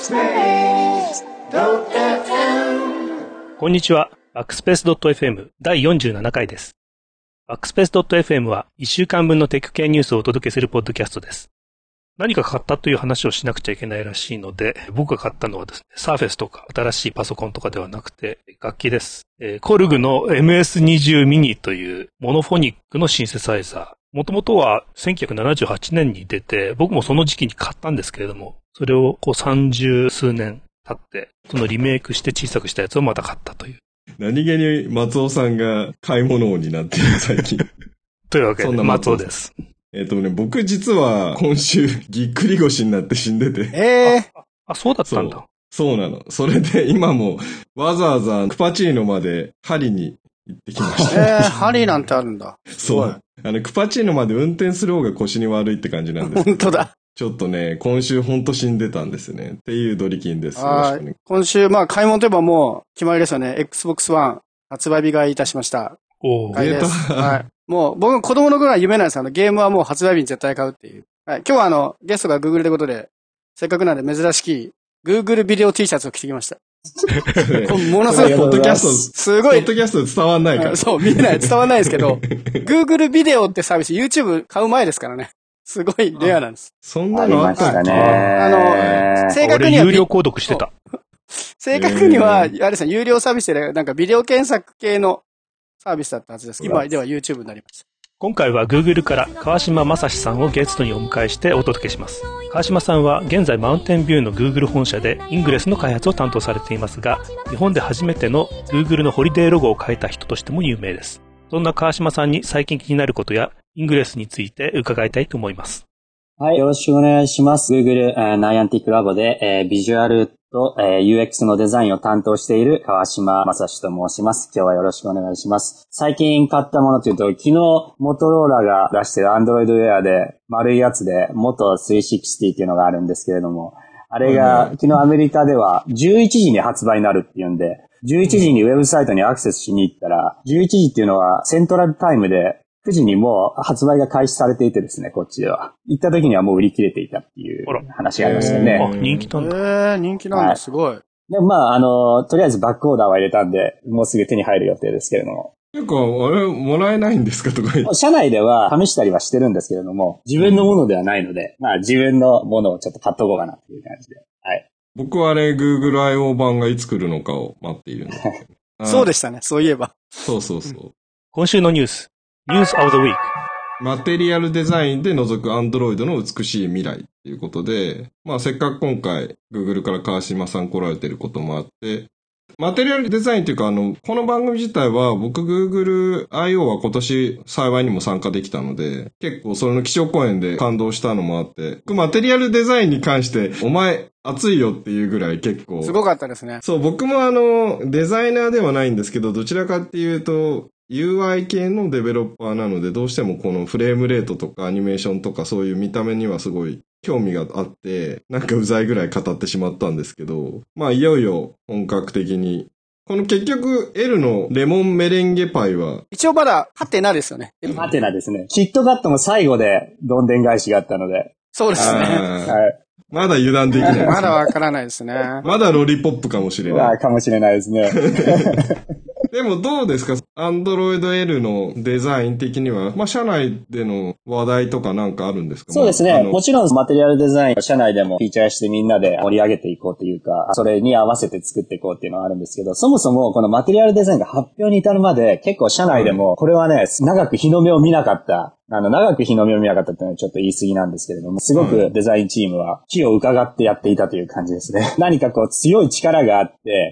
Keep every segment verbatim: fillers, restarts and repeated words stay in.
こんにちは。バックスペース .fm だいよんじゅうななかいです。バックスペース .fm はいっしゅうかんぶんのテック系ニュースをお届けするポッドキャストです。何か買ったという話をしなくちゃいけないらしいので、僕が買ったのはですね、サーフェスとか新しいパソコンとかではなくて、楽器です。えー、コルグの エムエスにじゅう ミニというモノフォニックのシンセサイザー。もともとはせんきゅうひゃくななじゅうはちねんに出て、僕もその時期に買ったんですけれども、それをこうさんじゅうすうねん経って、そのリメイクして小さくしたやつをまた買ったという。 何気に松尾さんが買い物王になっている最近。 というわけで、松尾です。 えっとね、僕実は今週ぎっくり腰になって死んでて。 えー、あ, あ、そうだったんだ。 そう。そうなの。それで今もわざわざクパチーノまで針に行ってきました。 えー、針なんてあるんだ。 そう。あの、クパチーノまで運転する方が腰に悪いって感じなんですけど。 本当だ。 ちょっとね、今週ほんと死んでたんですね。っていうドリキンです。 あ今週、まあ、買い物といえばもう決まりですよね。エックスボックスワン 発売日がいたしました。 おー。出た。 はい。もう、僕子供の頃は夢なんですよ。ゲームはもう発売日に絶対買うっていう。はい。今日はあの、ゲストが Google ということで、せっかくなんで珍しき Google ビデオ T シャツを着てきました。ものすごい、 ポッドキャスト、 すごい。 ポッドキャスト伝わんないから。 そう、見えない、伝わんないですけど、Google ビデオってサービス YouTube 買う前ですからね。すごいレアなんです。 そんなのあったっけ？ あの、正確には。 俺有料購読してた。 正確には、あれですね、有料サービスで、なんかビデオ検索系のサービスだったはずです。今では YouTube になりました。 今回は Google から川島正史さんをゲストにお迎えしてお届けします。川島さんは現在マウンテンビューの Google 本社で Ingress の開発を担当されていますが、日本で初めての Google のホリデーロゴを書いた人としても有名です。そんな川島さんに最近気になることや Ingress について伺いたいと思います。 はい、よろしくお願いします。Google、えー、Niantic Lab で、えー、ビジュアルと、えー、ユーエックス のデザインを担当している川島正史と申します。今日はよろしくお願いします。最近買ったものというと、昨日モトローラが出している Android Wear で丸いやつで元さんびゃくろくじゅうっていうのがあるんですけれども、あれが昨日アメリカではじゅういちじに発売になるっていうんで、じゅういちじにウェブサイトにアクセスしに行ったら、じゅういちじっていうのはセントラルタイムでくじにもう発売が開始されていてですね、こっちでは。行った時にはもう売り切れていたっていう話がありましたよね。 あ、人気なんだ。 えー、人気なんだ、すごい。 で、まあ、あの、とりあえずバックオーダーは入れたんで、もうすぐ手に入る予定ですけれども。 結構、あれ、もらえないんですかとか言って。 社内では試したりはしてるんですけれども、自分のものではないので、まあ自分のものをちょっと買っとこうかなっていう感じで。はい。 僕はあれ、Google アイオー 版がいつ来るのかを待っているんですけど。 そうでしたね、そういえば。 そうそうそう。 今週のニュース。ニュース of the week。 マテリアルデザインで覗く Android の美しい未来ということで、まあせっかく今回 Google から川島さん来られてることもあって、マテリアルデザインというかあの、この番組自体は僕 Google アイオー は今年幸いにも参加できたので、結構それの基調講演で感動したのもあって、マテリアルデザインに関してお前熱いよっていうぐらい結構。 すごかったですね。 そう、僕もあの、デザイナーではないんですけど、どちらかっていうと、ユーアイ 系のデベロッパーなので、どうしてもこのフレームレートとかアニメーションとかそういう見た目にはすごい興味があって、なんかうざいぐらい語ってしまったんですけど、まあいよいよ本格的に、この結局 L のレモンメレンゲパイは、 一応まだハテナですよね。 ハテナですね。キットカットも最後でどんでん返しがあったので。 そうですね。 はい。 まだ油断できない。 まだわからないですね。 まだロリポップかもしれない。 かもしれないですね。 でもどうですか？ Android L のデザイン的には、まあ、社内での話題とかなんかあるんですか？ そうですね。もちろんマテリアルデザインを社内でもフィーチャーしてみんなで盛り上げていこうというか、それに合わせて作っていこうっていうのはあるんですけど、そもそもこのマテリアルデザインが発表に至るまで結構社内でも、これはね、長く日の目を見なかった、あの、長く日の目を見なかったっていうのはちょっと言い過ぎなんですけれども、すごくデザインチームは気を伺ってやっていたという感じですね。何かこう強い力があって、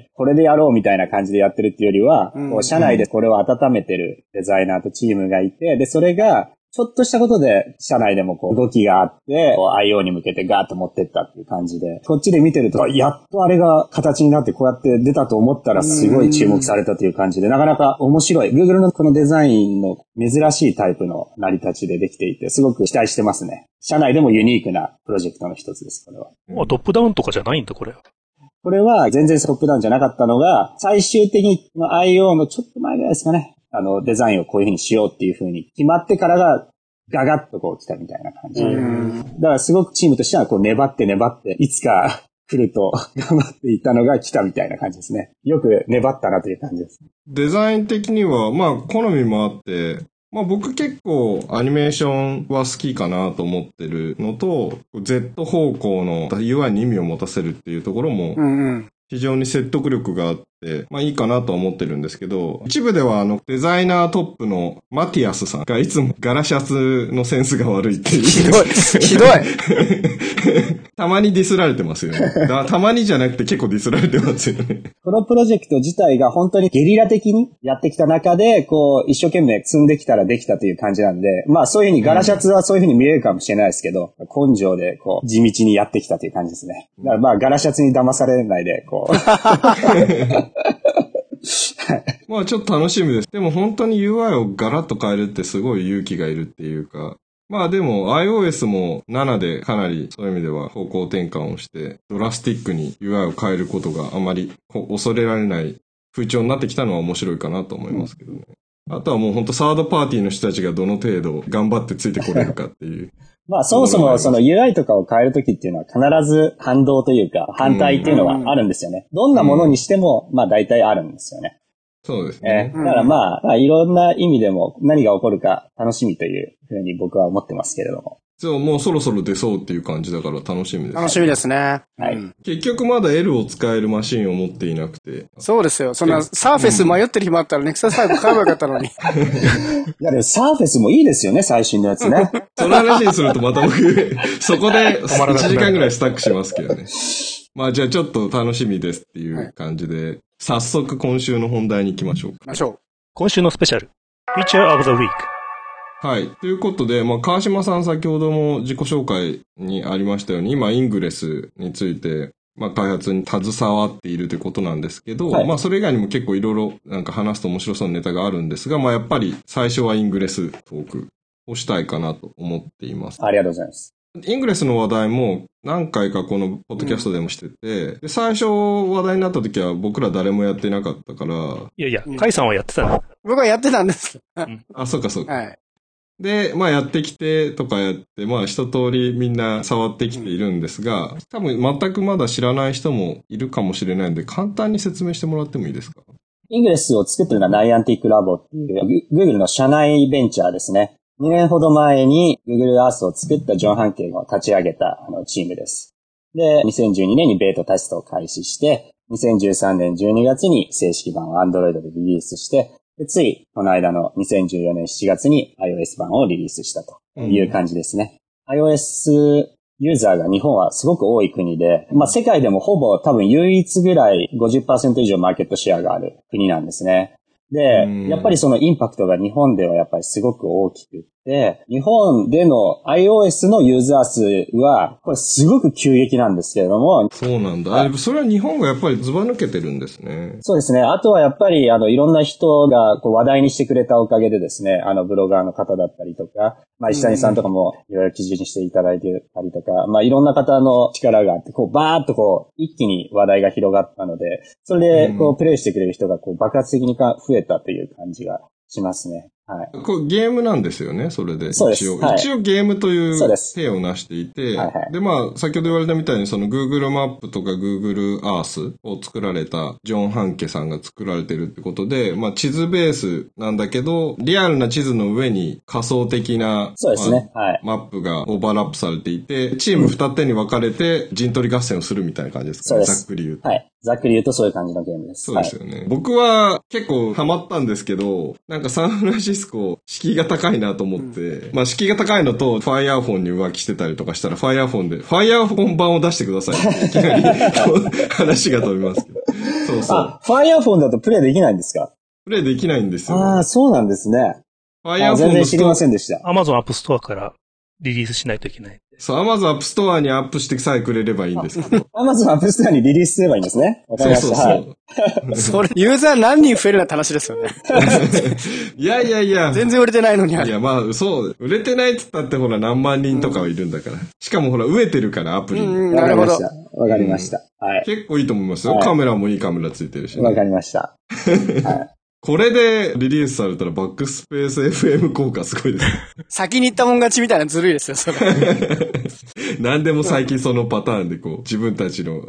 これでやろうみたいな感じでやってるっていうよりは、こう社内でこれを温めてるデザイナーとチームがいて、で、それが、ちょっとしたことで、社内でもこう動きがあって、アイオー に向けてガーッと持ってったっていう感じで、こっちで見てると、やっとあれが形になってこうやって出たと思ったらすごい注目されたという感じで、なかなか面白い。Google のこのデザインの珍しいタイプの成り立ちでできていて、すごく期待してますね。社内でもユニークなプロジェクトの一つです、これは。 あ、トップダウンとかじゃないんだ、これ。 これは全然トップダウンじゃなかったのが、最終的に アイオー のちょっと前ぐらいですかね。あの、デザインをこういう風にしようっていう風に決まってからが、ガガッとこう来たみたいな感じで。だからすごくチームとしてはこう粘って粘って、いつか来ると頑張っていたのが来たみたいな感じですね。よく粘ったなという感じです。 デザイン的には、まあ、好みもあって、まあ僕結構アニメーションは好きかなと思ってるのと、Z 方向の ユーアイ に意味を持たせるっていうところも、非常に説得力があって、まあいいかなとは思ってるんですけど、一部ではあのデザイナートップのマティアスさんがいつもガラシャツのセンスが悪いっていう。 ひどい。ひどい。 たまにディスられてますよね。だたまにじゃなくて結構ディスられてますよね。 このプロジェクト自体が本当にゲリラ的にやってきた中で、こう一生懸命積んできたらできたという感じなんで、まあそういうふうにガラシャツはそういうふうに見えるかもしれないですけど、うん、根性でこう地道にやってきたという感じですね。だからまあガラシャツに騙されないで、こう。 まあちょっと楽しみです。でも本当に ユーアイ をガラッと変えるってすごい勇気がいるっていうか、まあでも iOS もななでかなりそういう意味では方向転換をしてドラスティックに ユーアイ を変えることがあまり恐れられない風潮になってきたのは面白いかなと思いますけどね。あとはもう本当サードパーティーの人たちがどの程度頑張ってついてこれるかっていう。 まあそもそもその ユーアイ とかを変えるときっていうのは必ず反動というか反対っていうのがあるんですよね。どんなものにしてもまあ大体あるんですよね。 そうですね。 えー、だからまあ、まあ、いろんな意味でも何が起こるか楽しみというふうに僕は思ってますけれども。 そう、もうそろそろ出そうっていう感じだから楽しみです。 楽しみですね。はい。 結局まだ L を使えるマシンを持っていなくて。 そうですよ。そんなサーフェス迷ってる暇あったらネクサスファイブ買えばよかったのに。いやでもサーフェスもいいですよね、最新のやつね。 その話にするとまた僕、そこでいちじかんぐらいスタックしますけどね。まあじゃあちょっと楽しみですっていう感じで、はい、早速今週の本題に行きましょうか。 行きましょう。 今週のスペシャル、Feature of the Week。 はい。ということで、まあ、川島さん先ほども自己紹介にありましたように、今、イングレスについて、まあ、開発に携わっているということなんですけど、はい、まあ、それ以外にも結構いろいろなんか話すと面白そうなネタがあるんですが、まあ、やっぱり最初はイングレストークをしたいかなと思っています。 ありがとうございます。 イングレスの話題も何回かこのポッドキャストでもしてて、うん、で最初話題になった時は僕ら誰もやってなかったから。 いやいや、カイさんはやってたの？ 僕はやってたんです。 うん、あ、そうかそうか。 はい。 で、まあやってきてとかやって、まあ一通りみんな触ってきているんですが、多分全くまだ知らない人もいるかもしれないので、簡単に説明してもらってもいいですか？ イングレスを作ってるのはナイアンティックラボっていう Google の社内ベンチャーですね。にねんほど前に Google Earth を作ったジョン・ハンケンを立ち上げたあのチームです。で、にせんじゅうにねんにベータテストを開始して、にせんじゅうさんねんじゅうにがつに正式版を Android でリリースして、でついこの間のにせんじゅうよねんしちがつに iOS 版をリリースしたという感じですね。うん、iOS ユーザーが日本はすごく多い国で、まあ世界でもほぼ多分唯一ぐらい ごじゅっパーセント 以上マーケットシェアがある国なんですね。で、やっぱりそのインパクトが日本ではやっぱりすごく大きくって、日本での iOS のユーザー数は、これすごく急激なんですけれども。 そうなんだ。あ、それは日本がやっぱりズバ抜けてるんですね。 そうですね。あとはやっぱり、あの、いろんな人がこう話題にしてくれたおかげでですね、あの、ブロガーの方だったりとか、まあ、石谷さんとかもいろいろ記事にしていただいてたりとか、まあ、いろんな方の力があって、こう、バーっとこう、一気に話題が広がったので、それで、こう、プレイしてくれる人がこう、爆発的に増えたという感じがしますね。はい。 これゲームなんですよね、それで。 そうです。 一応、 はい、 一応ゲームという手を成していて、はいはい、で、まあ、先ほど言われたみたいに、その Google マップとか Google Earth を作られたジョン・ハンケさんが作られてるってことで、まあ、地図ベースなんだけど、リアルな地図の上に仮想的な、 そうですね、 まあ、はい、マップがオーバーラップされていて、チーム二手に分かれて陣取り合戦をするみたいな感じですかね、ざっくり言うと。 はい。ざっくり言うとそういう感じのゲームです。 そうですよね。はい、僕は結構ハマったんですけど、なんかサンフランシスコ、敷居が高いなと思って、うん、まあ敷居が高いのと、ファイアーフォンに浮気してたりとかしたら、ファイアーフォンで、ファイアーフォン版を出してくださいって。いきなり話が飛びますけど。そうそう。 あ、ファイアーフォンだとプレイできないんですか？ プレイできないんですよ、ね。 ああ、そうなんですね。 ファイアーフォン全然知りませんでした。 Amazon App Store からリリースしないといけない。 そう、Amazon App Store にアップしてさえくれればいいんですけど。 Amazon App Store にリリースすればいいんですね。わかりました。 そうそうそう。 はい、それ、ユーザー何人増えるなって話ですよね。 いやいやいや。 全然売れてないのに。 いや、まあ、そう。売れてないって言ったってほら何万人とかはいるんだから。うん、しかもほら、飢えてるからアプリ。 うん、なるほど。 わかりました。はい。 結構いいと思いますよ。はい、カメラもいいカメラついてるし、 ね。わかりました。 はい。これでリリースされたらバックスペース エフエム 効果すごいです。 先に行ったもん勝ちみたいなずるいですよ、それ。 何でも最近そのパターンでこう、自分たちの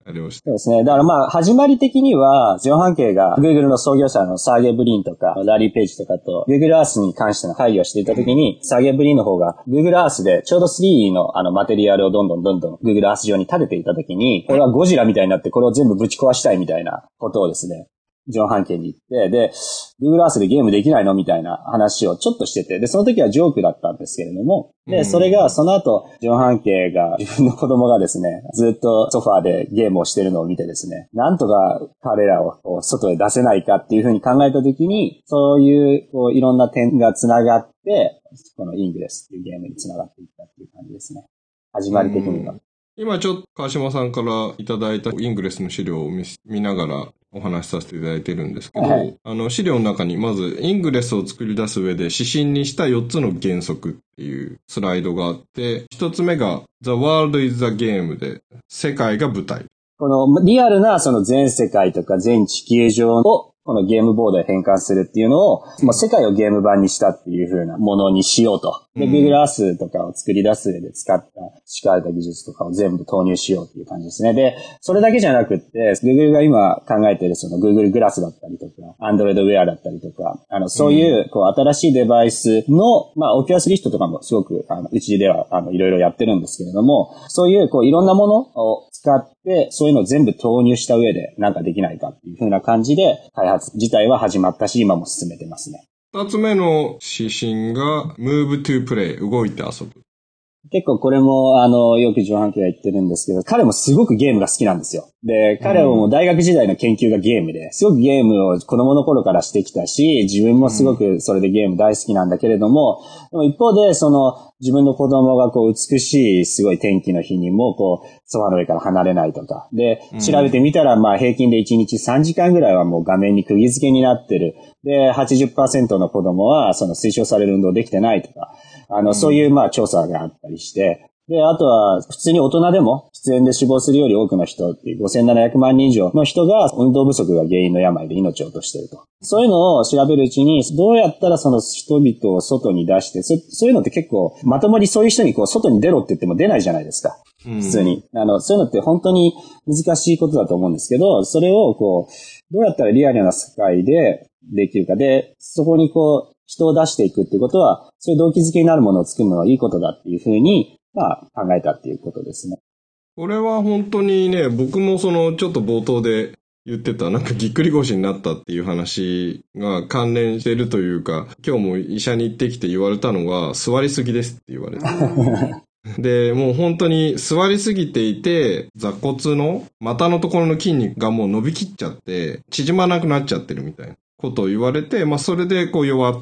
あれをして。 そうですね。だからまあ、始まり的には、ジョン・ハンケイが Google の創業者のサーゲイ・ブリーンとか、ラリー・ペイジとかと Google Earth に関しての会議をしていたときに、うん、サーゲイ・ブリーンの方が Google Earth でちょうどスリーのあのマテリアルをどんどんどんどん Google Earth 上に立てていたときに、これはゴジラみたいになってこれを全部ぶち壊したいみたいなことをですね、ジョン・ハンケイに言って、で、Google Earth でゲームできないのみたいな話をちょっとしてて、で、その時はジョークだったんですけれども、で、それが、その後、ジョン・ハンケイが、自分の子供がですね、ずっとソファーでゲームをしてるのを見てですね、なんとか彼らを外へ出せないかっていうふうに考えた時に、そういう、こう、いろんな点が繋がって、このイングレスっていうゲームに繋がっていったっていう感じですね。始まり的には。 今ちょっと川島さんからいただいたイングレスの資料を 見, 見ながらお話しさせていただいてるんですけど、はい、あの資料の中にまずイングレスを作り出す上で指針にしたよっつの原則っていうスライドがあって、一つ目が The World is a Game で世界が舞台。 このリアルなその全世界とか全地球上をこのゲームボードで変換するっていうのを、もう世界をゲーム版にしたっていう風なものにしようと。で、Google Earth とかを作り出す上で使った仕掛けた技術とかを全部投入しようっていう感じですね。で、それだけじゃなくって、Google が今考えているその Google グラスだったりとか、Android Wear だったりとか、あの、そういう、こう、新しいデバイスの、まあ、Oculus Rift とかもすごく、あの、うちでは、あの、いろいろやってるんですけれども、そういう、こう、いろんなものを使って、そういうのを全部投入した上でなんかできないかっていう風な感じで、開発自体は始まったし、今も進めてますね。 二つ目の指針が Move to Play 動いて遊ぶ。 結構これもあのよくジョン・ハンケイが言ってるんですけど、彼もすごくゲームが好きなんですよ。で、彼はもう大学時代の研究がゲームで、すごくゲームを子供の頃からしてきたし、自分もすごくそれでゲーム大好きなんだけれども、でも一方でその自分の子供がこう美しいすごい天気の日にもこうソファの上から離れないとか。で、調べてみたらまあ平均でいちにちさんじかんぐらいはもう画面に釘付けになってる。で、はちじゅっパーセントの子供はその推奨される運動できてないとか。あの、そういうまあ調査があったりして。で、あとは普通に大人でも喫煙で死亡するより多くの人っていうごせんななひゃくまんにん以上の人が運動不足が原因の病で命を落としていると。そういうのを調べるうちにどうやったらその人々を外に出して、そ、そういうのって結構まともにそういう人にこう外に出ろって言っても出ないじゃないですか。普通に。あの、そういうのって本当に難しいことだと思うんですけど、それをこう、どうやったらリアルな世界でできるかで、そこにこう、人を出していくっていうことは、そういう動機づけになるものを作るのはいいことだっていうふうに、まあ、考えたっていうことですね。 これは本当にね、僕もその、ちょっと冒頭で言ってた、なんかぎっくり腰になったっていう話が関連しているというか、今日も医者に行ってきて言われたのが、座りすぎですって言われた。で、もう本当に座りすぎていて、座骨の股のところの筋肉がもう伸びきっちゃって、縮まなくなっちゃってるみたいなことを言われて、まあそれでこう弱って、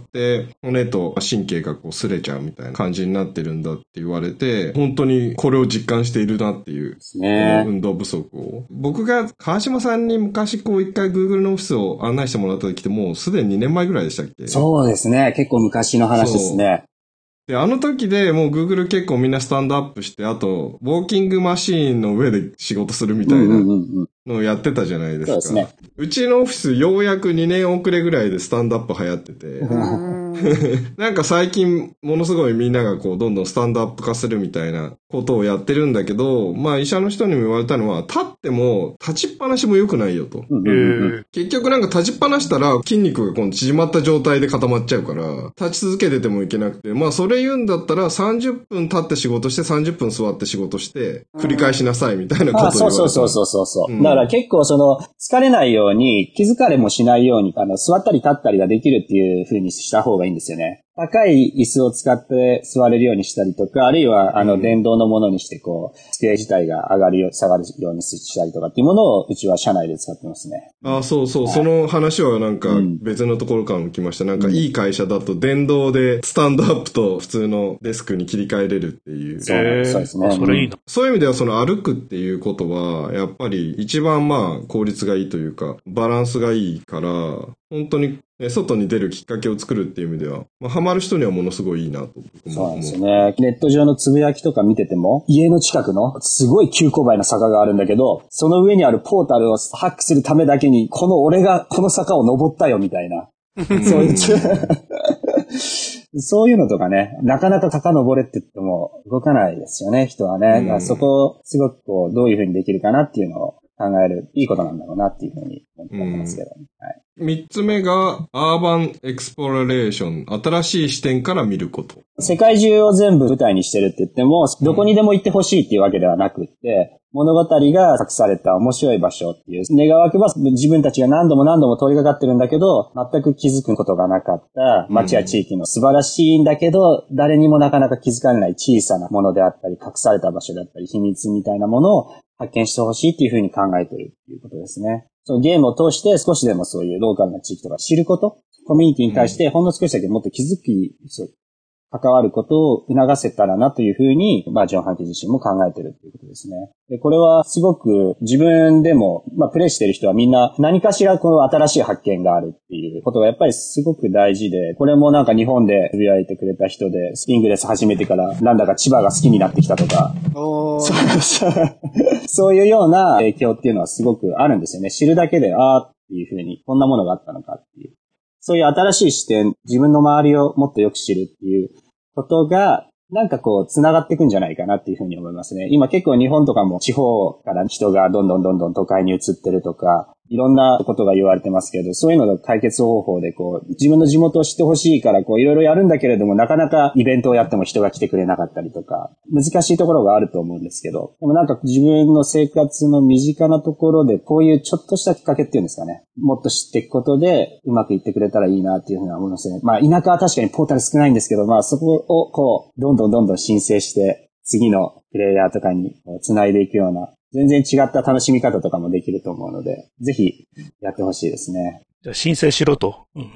骨と神経がこう擦れちゃうみたいな感じになってるんだって言われて、本当にこれを実感しているなっていう、ね、運動不足を。僕が川島さんに昔こう一回 Google のオフィスを案内してもらった時ってもうすでににねんまえぐらいでしたっけ？ そうですね。結構昔の話ですね。 で、あの時でもう Google 結構みんなスタンドアップして、あと、ウォーキングマシーンの上で仕事するみたいなのをやってたじゃないですか。 そうですね。 うちのオフィスようやくにねん遅れぐらいでスタンドアップ流行ってて。なんか最近ものすごいみんながこうどんどんスタンドアップ化するみたいなことをやってるんだけど、まあ医者の人にも言われたのは、立っても立ちっぱなしも良くないよと。結局なんか立ちっぱなしたら筋肉が今度縮まった状態で固まっちゃうから、立ち続けててもいけなくて、まあそれ言うんだったらさんじゅっぷん立って仕事してさんじゅっぷん座って仕事して繰り返しなさいみたいなことを言われて。 あ、そうそうそうそうそう、うん。だから結構その疲れないように気疲れもしないようにあの座ったり立ったりができるっていう風にした方がいいんですよね。高い椅子を使って座れるようにしたりとか、あるいはあの電動のものにしてこう机自体が上がるよ下がるようにしたりとかっていうものをうちは社内で使ってますね。 ああ、そうそう、はい、その話はなんか別のところからも来ました。なんかいい会社だと電動でスタンドアップと普通のデスクに切り替えれるっていう。 そうですね。 それいいな。 そういう意味ではその歩くっていうことはやっぱり一番まあ効率がいいというかバランスがいいから本当に外に出るきっかけを作るっていう意味では、まあ、ハマる人にはものすごいいいなと思う。 そうなんですよね。ネット上のつぶやきとか見てても、家の近くのすごい急勾配な坂があるんだけど、その上にあるポータルをハックするためだけに、この俺がこの坂を登ったよみたいな。そういうそういうのとかね、なかなか坂登れって言っても動かないですよね、人はね。だからそこをすごくこう、どういう風にできるかなっていうのを考考えるいいことなんだろうなっていうふうに思ってますけど、ね。はい。 三つ目が、アーバンエクスプロレーション。新しい視点から見ること。 世界中を全部舞台にしてるって言っても、どこにでも行ってほしいっていうわけではなくって、物語が隠された面白い場所っていう、願わくば自分たちが何度も何度も通りかかってるんだけど、全く気づくことがなかった街や地域の素晴らしいんだけど、誰にもなかなか気づかれない小さなものであったり、隠された場所であったり、秘密みたいなものを発見してほしいっていうふうに考えてるっていうことですね。そのゲームを通して少しでもそういうローカルな地域とか知ること、コミュニティに対してほんの少しだけもっと気づき、関わることを促せたらなというふうに、まあ、ジョン・ハンケ自身も考えているということですね。で、これはすごく自分でも、まあ、プレイしている人はみんな何かしらこの新しい発見があるっていうことがやっぱりすごく大事で、これもなんか日本でつぶやいてくれた人で、イングレス始めてからなんだか千葉が好きになってきたとか、おそういうような影響っていうのはすごくあるんですよね。知るだけで、あーっていうふうに、こんなものがあったのかっていう。そういう新しい視点、自分の周りをもっとよく知るっていうことが、なんかこう、繋がっていくんじゃないかなっていうふうに思いますね。今結構日本とかも地方から人がどんどんどんどん都会に移ってるとか、いろんなことが言われてますけど、そういうのの解決方法でこう、自分の地元を知ってほしいからこう、いろいろやるんだけれども、なかなかイベントをやっても人が来てくれなかったりとか、難しいところがあると思うんですけど、でもなんか自分の生活の身近なところで、こういうちょっとしたきっかけっていうんですかね、もっと知っていくことで、うまくいってくれたらいいなっていうふうに思いますね。まあ、田舎は確かにポータル少ないんですけど、まあ、そこをこう、どんどんどんどん申請して、次のプレイヤーとかに繋いでいくような、全然違った楽しみ方とかもできると思うので、ぜひやってほしいですね。 じゃあ申請しろと。うん、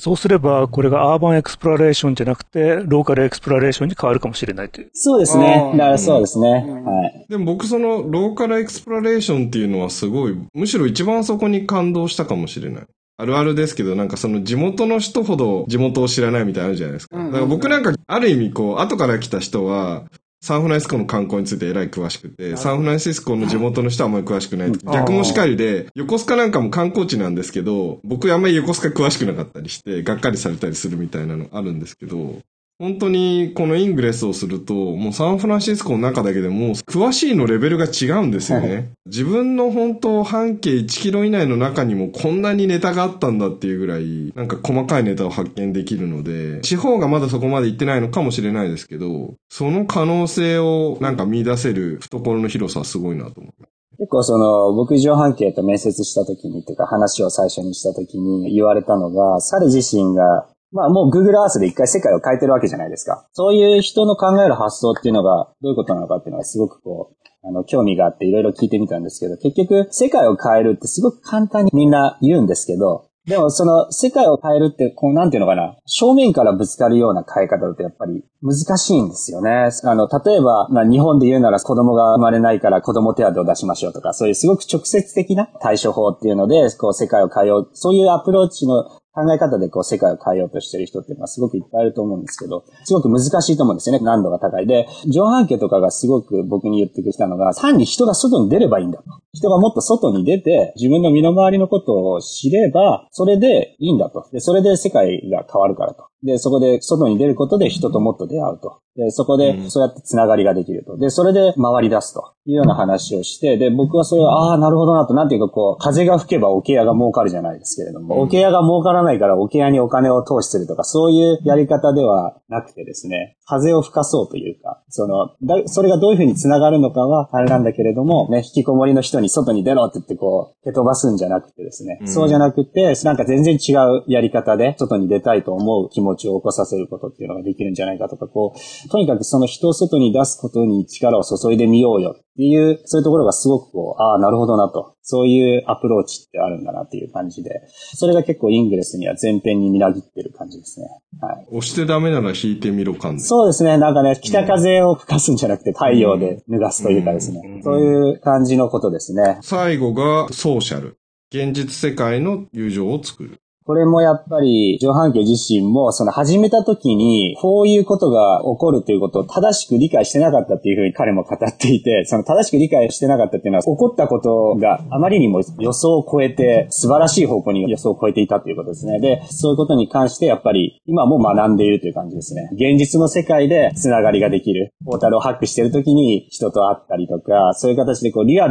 そうすれば、これがアーバンエクスプロレーションじゃなくて、ローカルエクスプロレーションに変わるかもしれないという。 そうですね。だからそうですね。うん、はい。 でも僕そのローカルエクスプロレーションっていうのはすごい、むしろ一番そこに感動したかもしれない。あるあるですけど、なんかその地元の人ほど地元を知らないみたいなのあるじゃないですか。だから僕なんかある意味こう、後から来た人は、サンフランシスコの観光についてえらい詳しくて、サンフランシスコの地元の人はあんまり詳しくない。逆もしかりで、横須賀なんかも観光地なんですけど、僕あんまり横須賀詳しくなかったりして、がっかりされたりするみたいなのあるんですけど、本当にこのイングレスをすると、もうサンフランシスコの中だけでも詳しいのレベルが違うんですよね。自分の本当半径いちキロ以内の中にもこんなにネタがあったんだっていうぐらい、なんか細かいネタを発見できるので、地方がまだそこまで行ってないのかもしれないですけど、その可能性をなんか見出せる懐の広さはすごいなと思う。 結構その、僕、ジョン・ハンケと面接した時に、というか話を最初にした時に言われたのが、彼自身が、まあもう Google Earth で一回世界を変えてるわけじゃないですか。そういう人の考える発想っていうのがどういうことなのかっていうのがすごくこう、あの、興味があっていろいろ聞いてみたんですけど、結局世界を変えるってすごく簡単にみんな言うんですけど、でもその世界を変えるってこうなんていうのかな、正面からぶつかるような変え方だとやっぱり難しいんですよね。あの、例えば、まあ日本で言うなら子供が生まれないから子供手当を出しましょうとか、そういうすごく直接的な対処法っていうので、こう世界を変えよう、そういうアプローチの考え方でこう世界を変えようとしてる人っていうのはすごくいっぱいいると思うんですけど、すごく難しいと思うんですよね。難度が高い。で、ジョン・ハンケとかがすごく僕に言ってきたのが、単に人が外に出ればいいんだと。人がもっと外に出て、自分の身の回りのことを知れば、それでいいんだと。で、それで世界が変わるからと。で、そこで外に出ることで人ともっと出会うと。で、そこでそうやってつながりができると。で、それで回り出すというような話をして、で、僕はそれを、ああ、なるほどなと、なんていうかこう、風が吹けば桶屋が儲かるじゃないですけれども、桶屋が儲からないから桶屋にお金を投資するとか、そういうやり方ではなくてですね、風を吹かそうというか、その、だそれがどういうふうにつながるのかはあれなんだけれども、ね、引きこもりの人に外に出ろって言ってこう、蹴飛ばすんじゃなくてですね、うん、そうじゃなくて、なんか全然違うやり方で外に出たいと思う気持ちを起こさせることっていうのができるんじゃないかとか、こう、とにかくその人を外に出すことに力を注いでみようよっていう、そういうところがすごくこう、ああ、なるほどなと。そういうアプローチってあるんだなっていう感じで、それが結構イングレスには前編にみなぎってる感じですね。はい。 押してダメなら引いてみろ感じ。 そうですね。なんかね、北風を吹かすんじゃなくて太陽で脱がすというかですね。うんうん、そういう感じのことですね。 最後がソーシャル。現実世界の友情を作る。 これもやっぱり、ジョン・ハンケ自身も、その始めた時に、こういうことが起こるということを正しく理解してなかったっていうふうに彼も語っていて、その正しく理解してなかったっていうのは、起こったことがあまりにも予想を超えて、素晴らしい方向に予想を超えていたということですね。で、そういうことに関してやっぱり、今も学んでいるという感じですね。現実の世界でつながりができる。ポータルをハックしている時に人と会ったりとか、そういう形でこうリアルな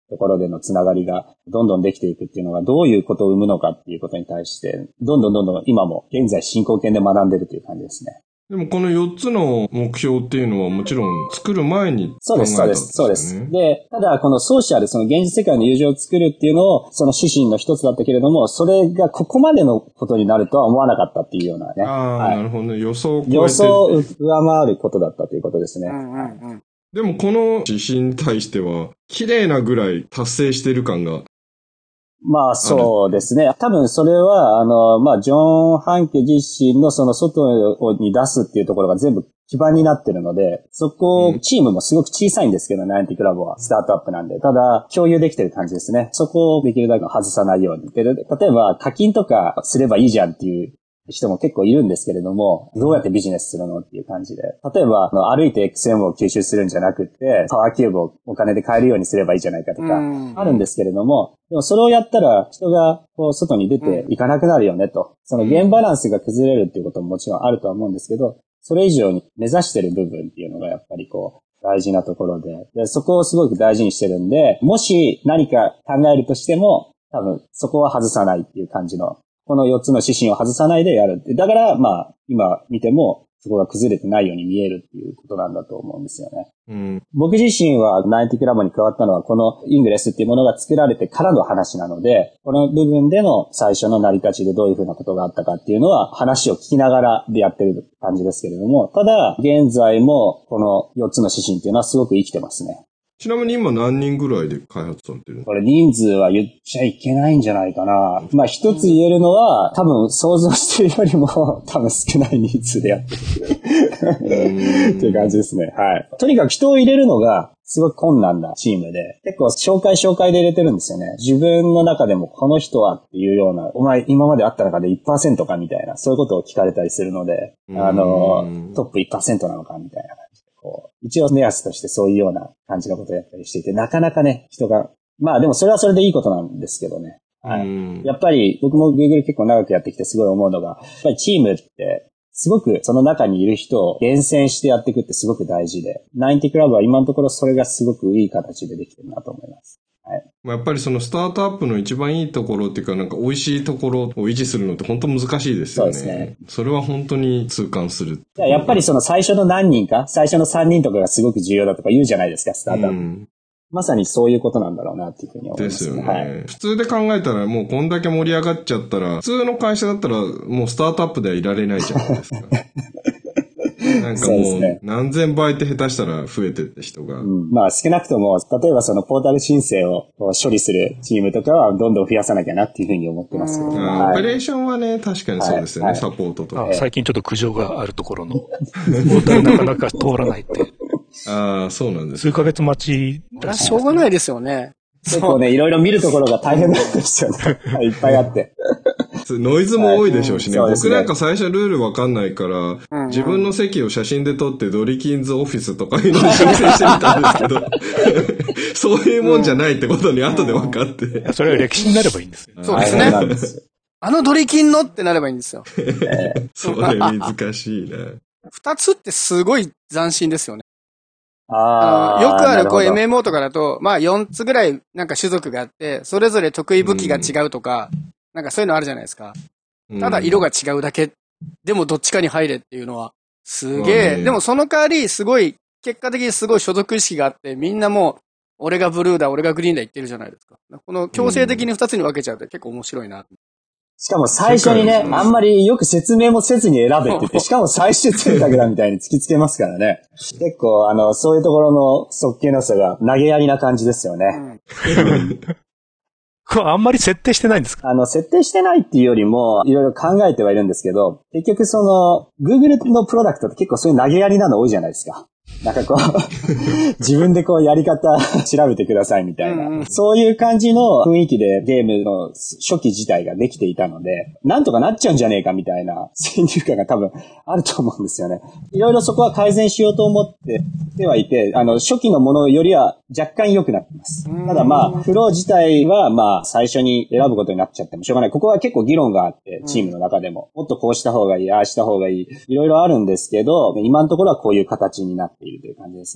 ところでのつながりがどんどんできていくっていうのがどういうことを生むのかっていうことに対して、どんどんどんどん今も現在進行形で学んでるという感じですね。 でもこのよっつの目標っていうのはもちろん作る前に考えたんですよね。 そうです、そうです。そうです。で、ただこのソーシャル、その現実世界の友情を作るっていうのを、その指針の一つだったけれども、それがここまでのことになるとは思わなかったっていうようなね。 ああ、はい、なるほどね。予想を超えて。 予想を上回ることだったということですね。 うんうんうん、 でもこの指針に対しては、綺麗なぐらい達成してる感が。 まあそうですね。多分それは、あの、まあジョン・ハンケ自身のその外に出すっていうところが全部基盤になってるので、そこ、うん、チームもすごく小さいんですけど、ナインティクラブはスタートアップなんで、ただ共有できてる感じですね。そこをできるだけ外さないように。で、例えば課金とかすればいいじゃんっていう人も結構いるんですけれども、どうやってビジネスするのっていう感じで。例えば、歩いて エックスエム を吸収するんじゃなくって、パワーキューブをお金で買えるようにすればいいじゃないかとか、あるんですけれども、でもそれをやったら人がこう外に出ていかなくなるよねと。そのゲームバランスが崩れるっていうことももちろんあるとは思うんですけど、それ以上に目指してる部分っていうのがやっぱりこう、大事なところで、で、そこをすごく大事にしてるんで、もし何か考えるとしても、多分そこは外さないっていう感じの、このよっつの指針を外さないでやる。だから、まあ、今見ても、そこが崩れてないように見えるっていうことなんだと思うんですよね。うん、僕自身はナインティクラボに加わったのは、このイングレスっていうものが作られてからの話なので、この部分での最初の成り立ちでどういうふうなことがあったかっていうのは、話を聞きながらでやってる感じですけれども、ただ、現在もこのよっつの指針っていうのはすごく生きてますね。 ちなみに今何人ぐらいで開発されてるの？ これ人数は言っちゃいけないんじゃないかな。まあ一つ言えるのは、多分想像しているよりも多分少ない人数でやってるっていう感じですね。はい。とにかく人を入れるのがすごく困難なチームで、結構紹介紹介で入れてるんですよね。自分の中でもこの人はっていうような、お前今まで会った中で いちパーセント かみたいな、そういうことを聞かれたりするので、あの、トップ いちパーセント なのかみたいな。こう一応目安としてそういうような感じのことをやったりしていて、なかなかね、人が、まあでもそれはそれでいいことなんですけどね。はい。やっぱり僕も Google 結構長くやってきてすごい思うのが、やっぱりチームってすごくその中にいる人を厳選してやっていくってすごく大事で、ナインティクラブは今のところそれがすごくいい形でできてるなと思います。はい。 やっぱりそのスタートアップの一番いいところっていうか、なんか美味しいところを維持するのって本当難しいですよね。そうですね。それは本当に痛感する。 やっぱりその最初の何人か、最初のさんにんとかがすごく重要だとか言うじゃないですか、スタートアップ。うん、まさにそういうことなんだろうなっていうふうに思いますね。 ですよね。はい、普通で考えたらもうこんだけ盛り上がっちゃったら、普通の会社だったらもうスタートアップではいられないじゃないですか。なんかもう何千倍って下手したら増えてって人が。 うん、まあ少なくとも、例えばそのポータル申請を処理するチームとかはどんどん増やさなきゃなっていうふうに思ってますけど、ね。 オペレーションはね、確かにそうですよね、はい、サポートとか。 あ、最近ちょっと苦情があるところの、ポータルなかなか通らないって。 ああ、そうなんです、 ね。数ヶ月待ちだし。しょうがないですよね。 結構ね、いろいろ見るところが大変なんですよね。いっぱいあって。 ノイズも多いでしょうしね。はい、僕なんか最初ルールわかんないから、うんうん、自分の席を写真で撮ってドリキンズオフィスとかいうのに申請してみたんですけど、そういうもんじゃないってことに後で分かって。 うん、それは歴史になればいいんですよ。 そうですね。あのドリキンのってなればいいんですよ。 それ難しいね。 二つってすごい斬新ですよね。 ああよくあるこう エムエムオー とかだと、まあよっつぐらいなんか種族があって、それぞれ得意武器が違うとか、うん、なんかそういうのあるじゃないですか。ただ色が違うだけ。でもどっちかに入れっていうのは、すげえ。でもその代わりすごい、結果的にすごい所属意識があって、みんなもう、俺がブルーだ、俺がグリーンだ言ってるじゃないですか。この強制的に二つに分けちゃうと結構面白いな。 しかも最初にね、あんまりよく説明もせずに選べって言って、しかも最終選択だみたいに突きつけますからね。結構、あの、そういうところの速球の差が投げやりな感じですよね。うんこれあんまり設定してないんですか？ あの、設定してないっていうよりも、いろいろ考えてはいるんですけど、結局その、Google のプロダクトって結構そういう投げやりなの多いじゃないですか。なんかこう、自分でこうやり方調べてくださいみたいな、うんうん。そういう感じの雰囲気でゲームの初期自体ができていたので、なんとかなっちゃうんじゃねえかみたいな先入観が多分あると思うんですよね。いろいろそこは改善しようと思ってではいて、あの、初期のものよりは若干良くなってます。ただまあ、フロー自体はまあ、最初に選ぶことになっちゃってもしょうがない。ここは結構議論があって、チームの中でも。もっとこうした方がいい、ああした方がいい。いろいろあるんですけど、今のところはこういう形になっているという感じですね。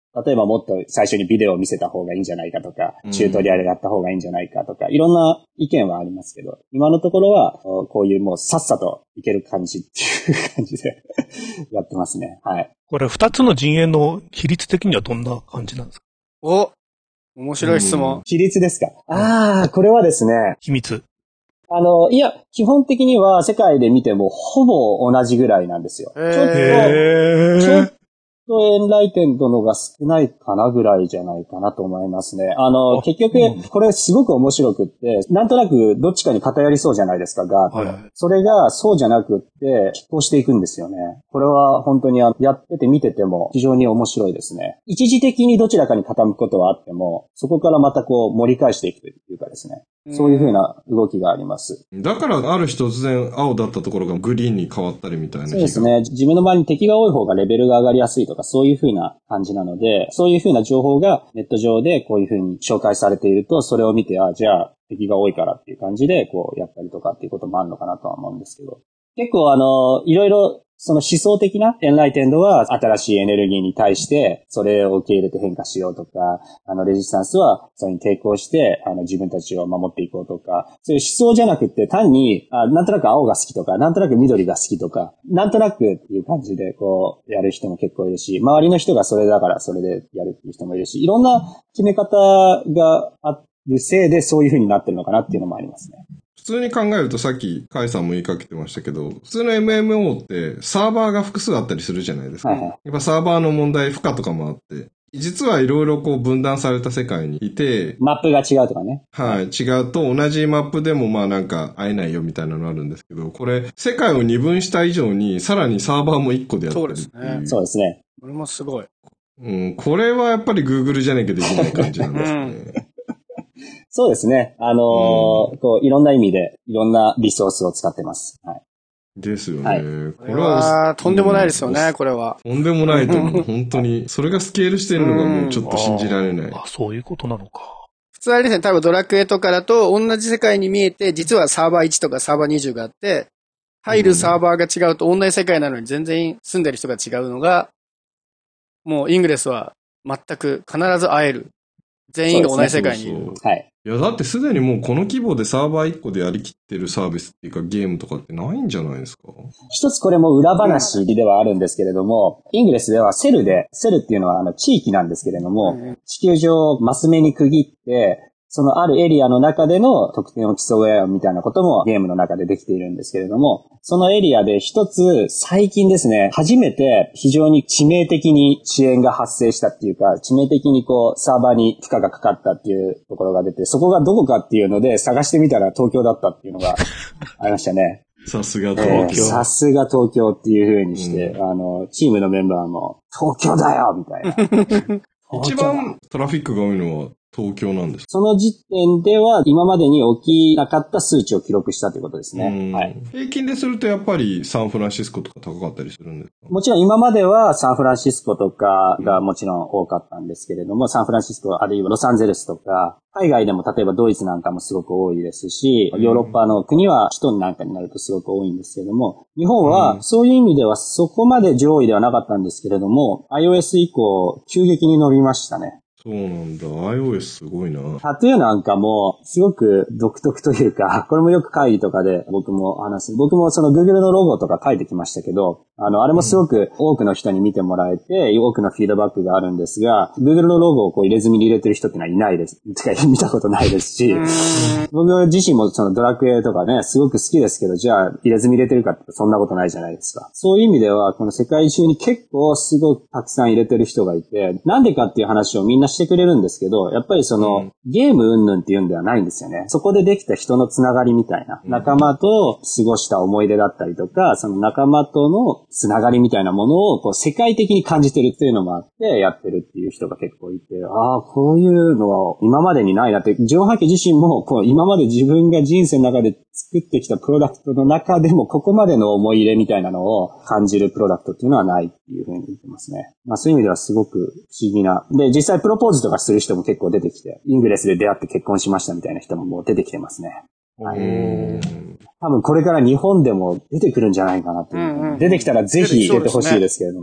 例えばもっと最初にビデオを見せた方がいいんじゃないかとか、チュートリアルやった方がいいんじゃないかとか、いろんな意見はありますけど、今のところは、こういうもうさっさといける感じっていう感じでやってますね。はい。 これ二つの陣営の比率的にはどんな感じなんですか？ お面白い質問。 比率ですか？ああ、これはですね。 秘密。 あの、いや、基本的には世界で見てもほぼ同じぐらいなんですよ。ちょっと、ちょっとエンライテンドのが少ないかなぐらいじゃないかなと思いますね。あの、結局、これすごく面白くって、なんとなくどっちかに偏りそうじゃないですか、ガーッと。はい、それがそうじゃなくって、拮抗していくんですよね。これは本当にやってて見てても非常に面白いですね。一時的にどちらかに傾くことはあっても、そこからまたこう盛り返していくというかですね。そういう風な動きがあります。 だからある日突然青だったところがグリーンに変わったりみたいな。 そうですね。自分の周りに敵が多い方がレベルが上がりやすいとかそういう風な感じなので、そういう風な情報がネット上でこういう風に紹介されていると、それを見て、あ、じゃあ敵が多いからっていう感じでこうやったりとかっていうこともあるのかなとは思うんですけど。結構あの、いろいろその思想的なエンライテンドは新しいエネルギーに対してそれを受け入れて変化しようとか、あのレジスタンスはそれに抵抗してあの自分たちを守っていこうとか、そういう思想じゃなくって単にあなんとなく青が好きとか、なんとなく緑が好きとか、なんとなくっていう感じでこうやる人も結構いるし、周りの人がそれだからそれでやるっていう人もいるし、いろんな決め方があるせいでそういう風になってるのかなっていうのもありますね。 普通に考えるとさっきカイさんも言いかけてましたけど、普通の エムエムオー ってサーバーが複数あったりするじゃないですか。はいはい、やっぱサーバーの問題、負荷とかもあって、実はいろいろこう分断された世界にいて、 マップが違うとかね。 はい、違うと同じマップでもまあなんか会えないよみたいなのあるんですけど、これ世界を二分した以上にさらにサーバーも一個でやってるっていう。そうですね。 そうですね。 これもすごい。 うん、これはやっぱり Google じゃなきゃできない感じなんですね。うんそうですね。あのーうん、こう、いろんな意味で、いろんなリソースを使ってます。はい。 ですよね。 はい、これは、とんでもないですよね、これは。 とんでもないと思う。本当に。それがスケールしてるのがもうちょっと信じられない。 ああ、そういうことなのか。 普通あれですね、多分ドラクエとかだと、同じ世界に見えて、実はサーバーいちとかサーバーにじゅうがあって、入るサーバーが違うと同じ世界なのに全然住んでる人が違うのが、もうイングレスは全く必ず会える。全員が同じ世界にいる。そうそうそう。 はい。 いや、だってすでにもうこの規模でサーバーいっこでやりきってるサービスっていうかゲームとかってないんじゃないですか？ 一つこれも裏話ではあるんですけれども、イングレスではセルで、セルっていうのはあの地域なんですけれども、うん、地球上をマス目に区切って、そのあるエリアの中での得点を競い合うみたいなこともゲームの中でできているんですけれども、そのエリアで一つ最近ですね、初めて非常に致命的に遅延が発生したっていうか、致命的にこうサーバーに負荷がかかったっていうところが出て、そこがどこかっていうので探してみたら東京だったっていうのがありましたね。 さすが東京。 さすが東京っていう風にして、うん、あの、チームのメンバーも東京だよみたいな。 一番トラフィックが多いのは東京なんですか？ その時点では今までに起きなかった数値を記録したということですね。はい。 平均でするとやっぱりサンフランシスコとか高かったりするんですか？ もちろん今まではサンフランシスコとかがもちろん多かったんですけれども、うん、サンフランシスコあるいはロサンゼルスとか、海外でも例えばドイツなんかもすごく多いですし、ヨーロッパの国は首都なんかになるとすごく多いんですけれども、日本はそういう意味ではそこまで上位ではなかったんですけれども、iOS 以降急激に伸びましたね。 そうなんだ。iOS すごいな。 タトゥーなんかもすごく独特というか、これもよく会議とかで僕も話す。僕もその Google のロゴとか書いてきましたけど、あの、あれもすごく多くの人に見てもらえて、多くのフィードバックがあるんですが、Google のロゴをこう入れ墨に入れてる人ってのはいないです。てか見たことないですし、僕自身もそのドラクエとかね、すごく好きですけど、じゃあ入れ墨入れてるかってそんなことないじゃないですか。そういう意味では、この世界中に結構すごくたくさん入れてる人がいて、なんでかっていう話をみんなしてくれるんですけど、やっぱりその、うん、ゲーム云々っていうんではないんですよね。そこでできた人のつながりみたいな、うん、仲間と過ごした思い出だったりとか、その仲間とのつながりみたいなものをこう世界的に感じてるっていうのもあってやってるっていう人が結構いて、ああ、こういうのは今までにないなって、ジョン・ハケ自身もこう今まで自分が人生の中で作ってきたプロダクトの中でもここまでの思い入れみたいなのを感じるプロダクトっていうのはないっていうふうに言ってますね。まあそういう意味ではすごく不思議な。で、実際プロポーズとかする人も結構出てきて、イングレスで出会って結婚しましたみたいな人ももう出てきてますね。はい、多分これから日本でも出てくるんじゃないかなという、うんうん。出てきたらぜひ出てほしいですけれども。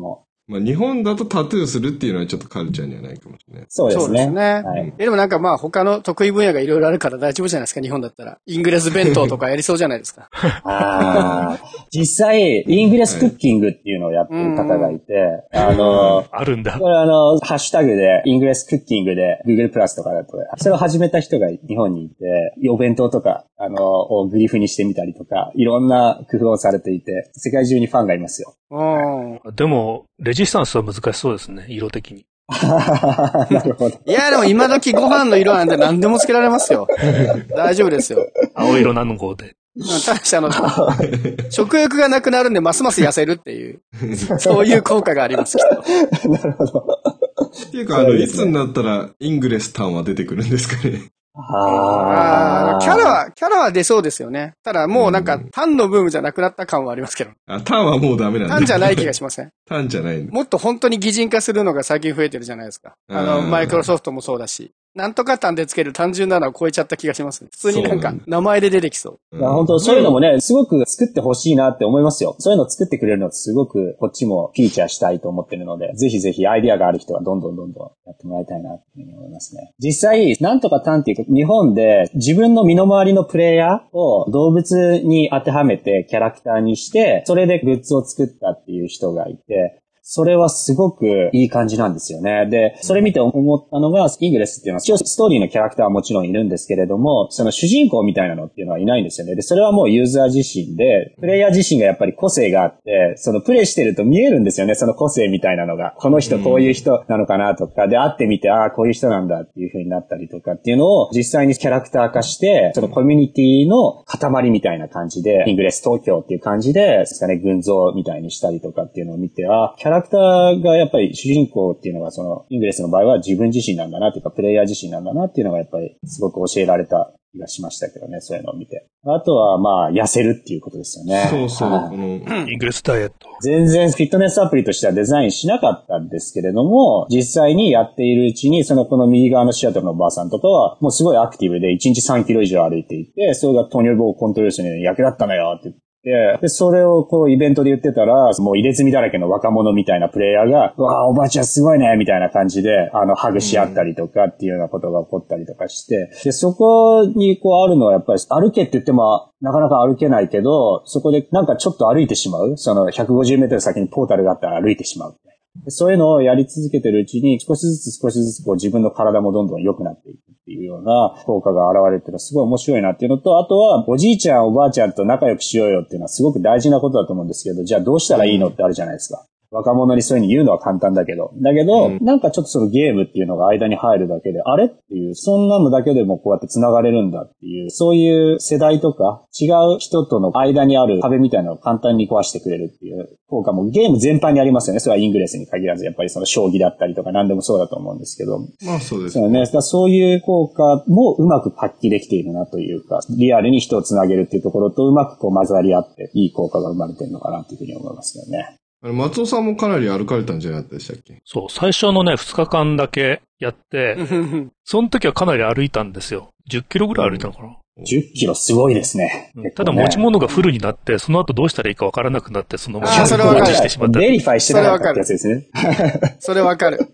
まあ日本だとタトゥーするっていうのはちょっとカルチャーにはないかもしれない。 そうですね。 そうですね。 はい、 えでもなんかまあ他の得意分野がいろいろあるから大丈夫じゃないですか、日本だったら。イングレス弁当とかやりそうじゃないですか。 あ実際、イングレスクッキングっていうのをやってる方がいて、はい、あの、 あるんだ。 これあの、ハッシュタグで、イングレスクッキングで、Google プラスとかだと、それを始めた人が日本にいて、お弁当とか、あの、をグリフにしてみたりとか、いろんな工夫をされていて、世界中にファンがいますよ。 でも、レジスタンスは難しそうですね、色的に。 なるほど。 いや、でも今時ご飯の色なんて何でもつけられますよ。大丈夫ですよ。 青色なの号で。 ただしあの、食欲がなくなるんでますます痩せるっていう、そういう効果がありますけど。 なるほど。 っていうか、あの、いつになったらイングレスタンは出てくるんですかね。 ああ、キャラは、キャラは出そうですよね。ただもうなんか、タンのブームじゃなくなった感はありますけど。 あ、タンはもうダメなんだ。 タンじゃない気がしません。 タンじゃないんだ。 もっと本当に擬人化するのが最近増えてるじゃないですか。あの、マイクロソフトもそうだし。なんとかタンでつける単純なのを超えちゃった気がします。普通になんか、名前で出てきそう。 いや、本当そういうのもね、すごく作ってほしいなって思いますよ。そういうのを作ってくれるのすごくこっちもフィーチャーしたいと思ってるので、ぜひぜひアイディアがある人はどんどんどんどんやってもらいたいなっていうふうに思いますね。実際、なんとかタンっていうか、日本で自分の身の回りのプレイヤーを動物に当てはめてキャラクターにして、それでグッズを作ったっていう人がいて、それはすごくいい感じなんですよね。で、それ見て思ったのが、イングレスっていうのは、一応ストーリーのキャラクターはもちろんいるんですけれども、その主人公みたいなのっていうのはいないんですよね。で、それはもうユーザー自身で、プレイヤー自身がやっぱり個性があって、そのプレイしてると見えるんですよね、その個性みたいなのが。この人こういう人なのかなとか、で、会ってみて、ああ、こういう人なんだっていう風になったりとかっていうのを、実際にキャラクター化して、そのコミュニティの塊みたいな感じで、イングレス東京っていう感じで、ですかね、群像みたいにしたりとかっていうのを見て、あ、キャラクターがやっぱり主人公っていうのがそのイングレスの場合は自分自身なんだなというかプレイヤー自身なんだなっていうのがやっぱりすごく教えられた気がしましたけどね、そういうのを見て。あとはまあ痩せるっていうことですよね。 そうそう。 このイングレスダイエット。 全然フィットネスアプリとしてはデザインしなかったんですけれども、実際にやっているうちにそのこの右側のシアトルのおばあさんとかはもうすごいアクティブでいちにちさんキロ以上歩いていて、それが糖尿病をコントロールするのに役立ったのよって言って、で、それをこうイベントで言ってたら、もう入れ墨だらけの若者みたいなプレイヤーが、うわあ、おばあちゃんすごいね、みたいな感じで、あの、ハグし合ったりとかっていうようなことが起こったりとかして、で、そこにこうあるのはやっぱり、歩けって言っても、なかなか歩けないけど、そこでなんかちょっと歩いてしまう。そのひゃくごじゅうメートル先にポータルがあったら歩いてしまう。そういうのをやり続けてるうちに、少しずつ少しずつこう自分の体もどんどん良くなっていくっていうような効果が現れるっていうのはすごい面白いなっていうのと、あとはおじいちゃんおばあちゃんと仲良くしようよっていうのはすごく大事なことだと思うんですけど、じゃあどうしたらいいのってあるじゃないですか。若者にそういうふうに言うのは簡単だけど。だけど、うん、なんかちょっとそのゲームっていうのが間に入るだけで、あれっていう、そんなのだけでもこうやって繋がれるんだっていう、そういう世代とか違う人との間にある壁みたいなのを簡単に壊してくれるっていう効果もゲーム全般にありますよね。それはイングレスに限らず、やっぱりその将棋だったりとか何でもそうだと思うんですけど。 まあそうですね。そうね。そういう効果もうまく発揮できているなというか、リアルに人を繋げるっていうところとうまくこう混ざり合っていい効果が生まれてるのかなというふうに思いますけどね。 松尾さんもかなり歩かれたんじゃなかったでしたっけ？ そう、最初のね、二日間だけやって、その時はかなり歩いたんですよ。じゅっキロぐらい歩いたのかな。 じゅっキロすごいですね。 うん、ただ持ち物がフルになって、その後どうしたらいいかわからなくなって、そのまま放置してしまった。 ベリファイしてなかったってやつですね。 それわかる。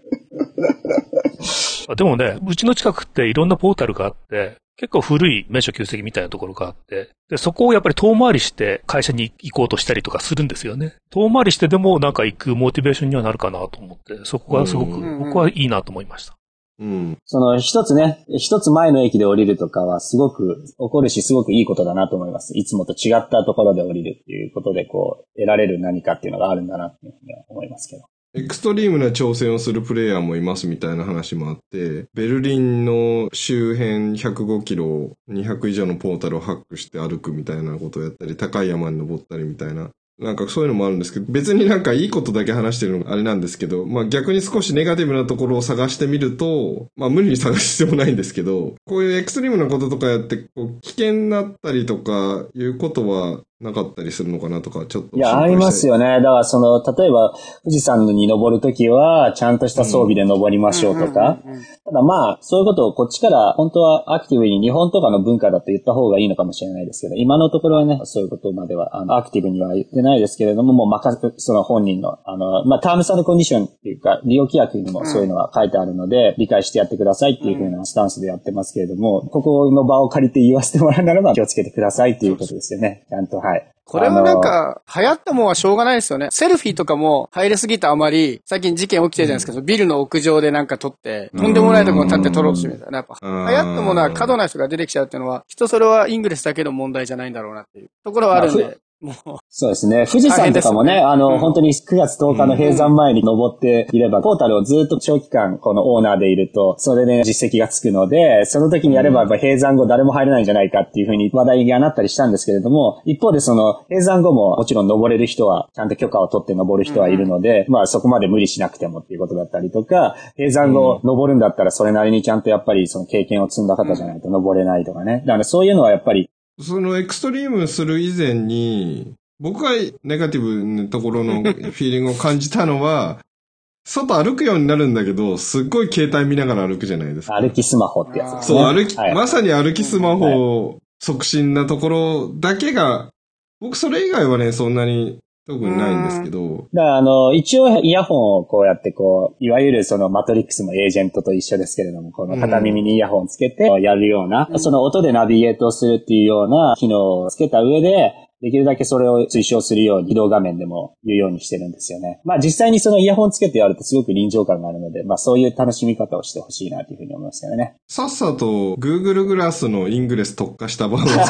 でもね、うちの近くっていろんなポータルがあって、結構古い名所旧跡みたいなところがあって、で、そこをやっぱり遠回りして会社に行こうとしたりとかするんですよね。遠回りしてでもなんか行くモチベーションにはなるかなと思って、そこがすごく、僕はいいなと思いました。 うん。 その一つね、一つ前の駅で降りるとかはすごく起こるし、すごくいいことだなと思います。いつもと違ったところで降りるっていうことで、こう、得られる何かっていうのがあるんだなっていうふうには思いますけど。 エクストリームな挑戦をするプレイヤーもいますみたいな話もあって、ベルリンの周辺ひゃくごキロ、にひゃく以上のポータルをハックして歩くみたいなことをやったり、高い山に登ったりみたいな。なんかそういうのもあるんですけど、別になんかいいことだけ話してるのがあれなんですけど、まあ逆に少しネガティブなところを探してみると、まあ無理に探す必要もないんですけど、こういうエクストリームなこととかやって、こう危険だったりとかいうことは、 なかったりするのかなとか、ちょっと。 いや、ありますよね。だからその、例えば、富士山に登るときは、ちゃんとした装備で登りましょうとか。ただまあ、そういうことをこっちから、本当はアクティブに日本とかの文化だと言った方がいいのかもしれないですけど、今のところはね、そういうことまでは、あの、アクティブには言ってないですけれども、もう任せ、その本人の、あの、まあ、タームス&コンディションっていうか、利用規約にもそういうのが書いてあるので、理解してやってくださいっていう風なスタンスでやってますけれども、ここの場を借りて言わせてもらうならば気をつけてくださいっていうことですよね。ちゃんと、はい。 これはなんか、流行ったもんはしょうがないですよね。セルフィーとかも入れすぎたあまり、最近事件起きてるじゃないですか。ビルの屋上でなんか撮って、とんでもないところに立って撮ろうとしてみたいな。やっぱ、流行ったものは過度な人が出てきちゃうっていうのは、きっとそれはイングレスだけの問題じゃないんだろうなっていうところはあるんで。もうそうですね。富士山とかもね、ねあの、うん、本当にくがつとおかの閉山前に登っていれば、うん、ポータルをずっと長期間、このオーナーでいると、それで実績がつくので、その時にやれば、やっぱ閉山後誰も入れないんじゃないかっていうふうに話題にはなったりしたんですけれども、一方でその、閉山後ももちろん登れる人は、ちゃんと許可を取って登る人はいるので、うん、まあそこまで無理しなくてもっていうことだったりとか、閉山後登るんだったらそれなりにちゃんとやっぱりその経験を積んだ方じゃないと登れないとかね。だからそういうのはやっぱり、 そのエクストリームする以前に、僕がネガティブなところのフィーリングを感じたのは、外歩くようになるんだけど、すっごい携帯見ながら歩くじゃないですか。 歩きスマホってやつですね。 そう、歩き、はい、まさに歩きスマホ促進なところだけが、僕それ以外はね、そんなに特にないんですけど。 だからあの、一応イヤホンをこうやってこう、いわゆるそのマトリックスのエージェントと一緒ですけれども、この片耳にイヤホンをつけてやるような、うん、その音でナビゲートをするっていうような機能をつけた上で、できるだけそれを推奨するように移動画面でも言うようにしてるんですよね。まあ実際にそのイヤホンつけてやるとすごく臨場感があるので、まあそういう楽しみ方をしてほしいなというふうに思いますけどね。 さっさと Google グラスのイングレス特化した版を作って。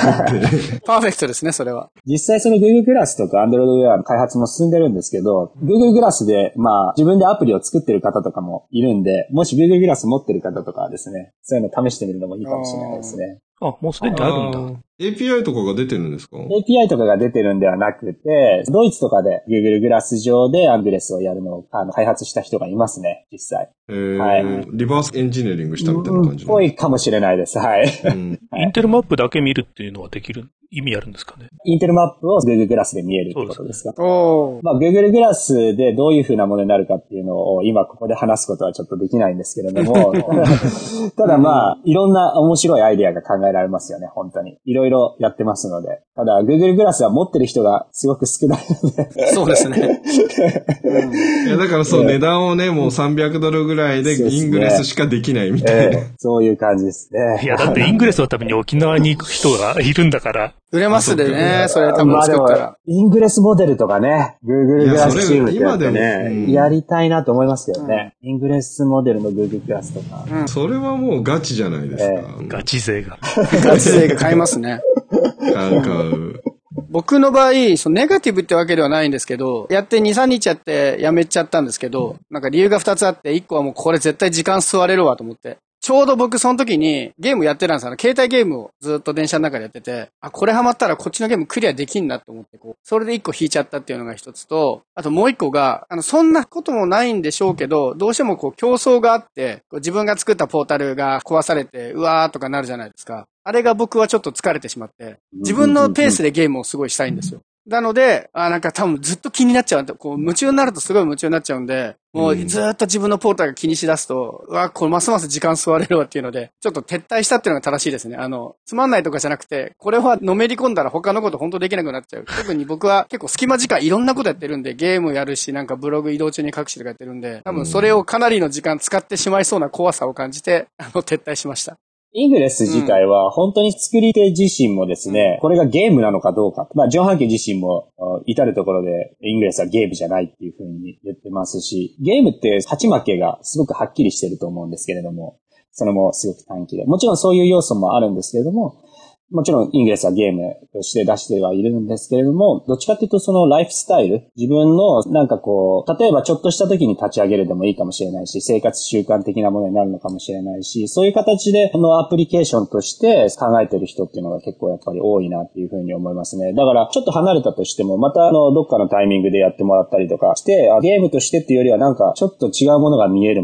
パーフェクトですね、それは。 実際その Google グラスとか Android ウェアの開発も進んでるんですけど、Google グラスでまあ自分でアプリを作ってる方とかもいるんで、もし Google グラス持ってる方とかはですね、そういうの試してみるのもいいかもしれないですね。 あ、もうすでにあるんだ。 エーピーアイ とかが出てるんですか？ エーピーアイ とかが出てるんではなくて、ドイツとかで Google グラス上でアングレスをやるのをあの開発した人がいますね、実際。 えーはい、リバースエンジニアリングしたみたいな感じの。ぽいかもしれないです。はい。うんはい、インテルマップだけ見るっていうのはできる意味あるんですかね？ インテルマップを Google グラスで見えるってことですか？ そうですね。おまあ Google グラスでどういう風なものになるかっていうのを今ここで話すことはちょっとできないんですけれども、ただまあいろんな面白いアイデアが考えられますよね、本当に。いろいろやってますので。ただ Google グラスは持ってる人がすごく少ないので。 そうですね。 いやだからそう、値段をね、もうさんびゃくドルぐらいでイングレスしかできないみたいな。 えー、そういう感じですね。 いやだってイングレスのために沖縄に行く人がいるんだから。 売れますでね、それ多分作ったら。まあ、 イングレスモデルとかね、Google グラスチームってやってね、うん、やりたいなと思いますけどね。うん、イングレスモデルの Google グラスとか、 うん。それはもうガチじゃないですか。えー、ガチ勢が。 ガチ勢が買いますね。 買う買う。 僕の場合、そのネガティブってわけではないんですけど、やってに、さんにちやってやめちゃったんですけど、なんか理由がふたつあって、いっこはもうこれ絶対時間吸われるわと思って。ちょうど僕その時にゲームやってたんですよ。携帯ゲームをずっと電車の中でやってて、あ、これハマったらこっちのゲームクリアできんなと思ってこう、それでいっこ引いちゃったっていうのが一つと、あともういっこが、あの、そんなこともないんでしょうけど、どうしてもこう競争があって、こう自分が作ったポータルが壊されて、うわーとかなるじゃないですか。あれが僕はちょっと疲れてしまって、自分のペースでゲームをすごいしたいんですよ。なので、あ、なんか多分ずっと気になっちゃう。こう、夢中になるとすごい夢中になっちゃうんで、もうずっと自分のポーターが気にしだすと、うわ、これますます時間吸われるわっていうので、ちょっと撤退したっていうのが正しいですね。あの、つまんないとかじゃなくて、これはのめり込んだら他のこと本当できなくなっちゃう。特に僕は結構隙間時間いろんなことやってるんで、ゲームやるし、なんかブログ移動中に書くしとかやってるんで、多分それをかなりの時間使ってしまいそうな怖さを感じて、あの、撤退しました。 イングレス自体は本当に作り手自身もですね、うん、これがゲームなのかどうか。まあ、ジョン・ハンケ自身も至るところでイングレスはゲームじゃないっていうふうに言ってますし、ゲームって勝ち負けがすごくはっきりしてると思うんですけれども、それもすごく短期で。もちろんそういう要素もあるんですけれども、もちろんイングレスはゲームとして出してはいるんですけれども、どっちかというとそのライフスタイル、自分のなんかこう、例えばちょっとした時に立ち上げるでもいいかもしれないし、生活習慣的なものになるのかもしれないし、そういう形でこのアプリケーションとして考えてる人っていうのが結構やっぱり多いなっていうふうに思いますね。だからちょっと離れたとしても、またあの、どっかのタイミングでやってもらったりとかして、ゲームとしてっていうよりはなんかちょっと違うものが見えるもの。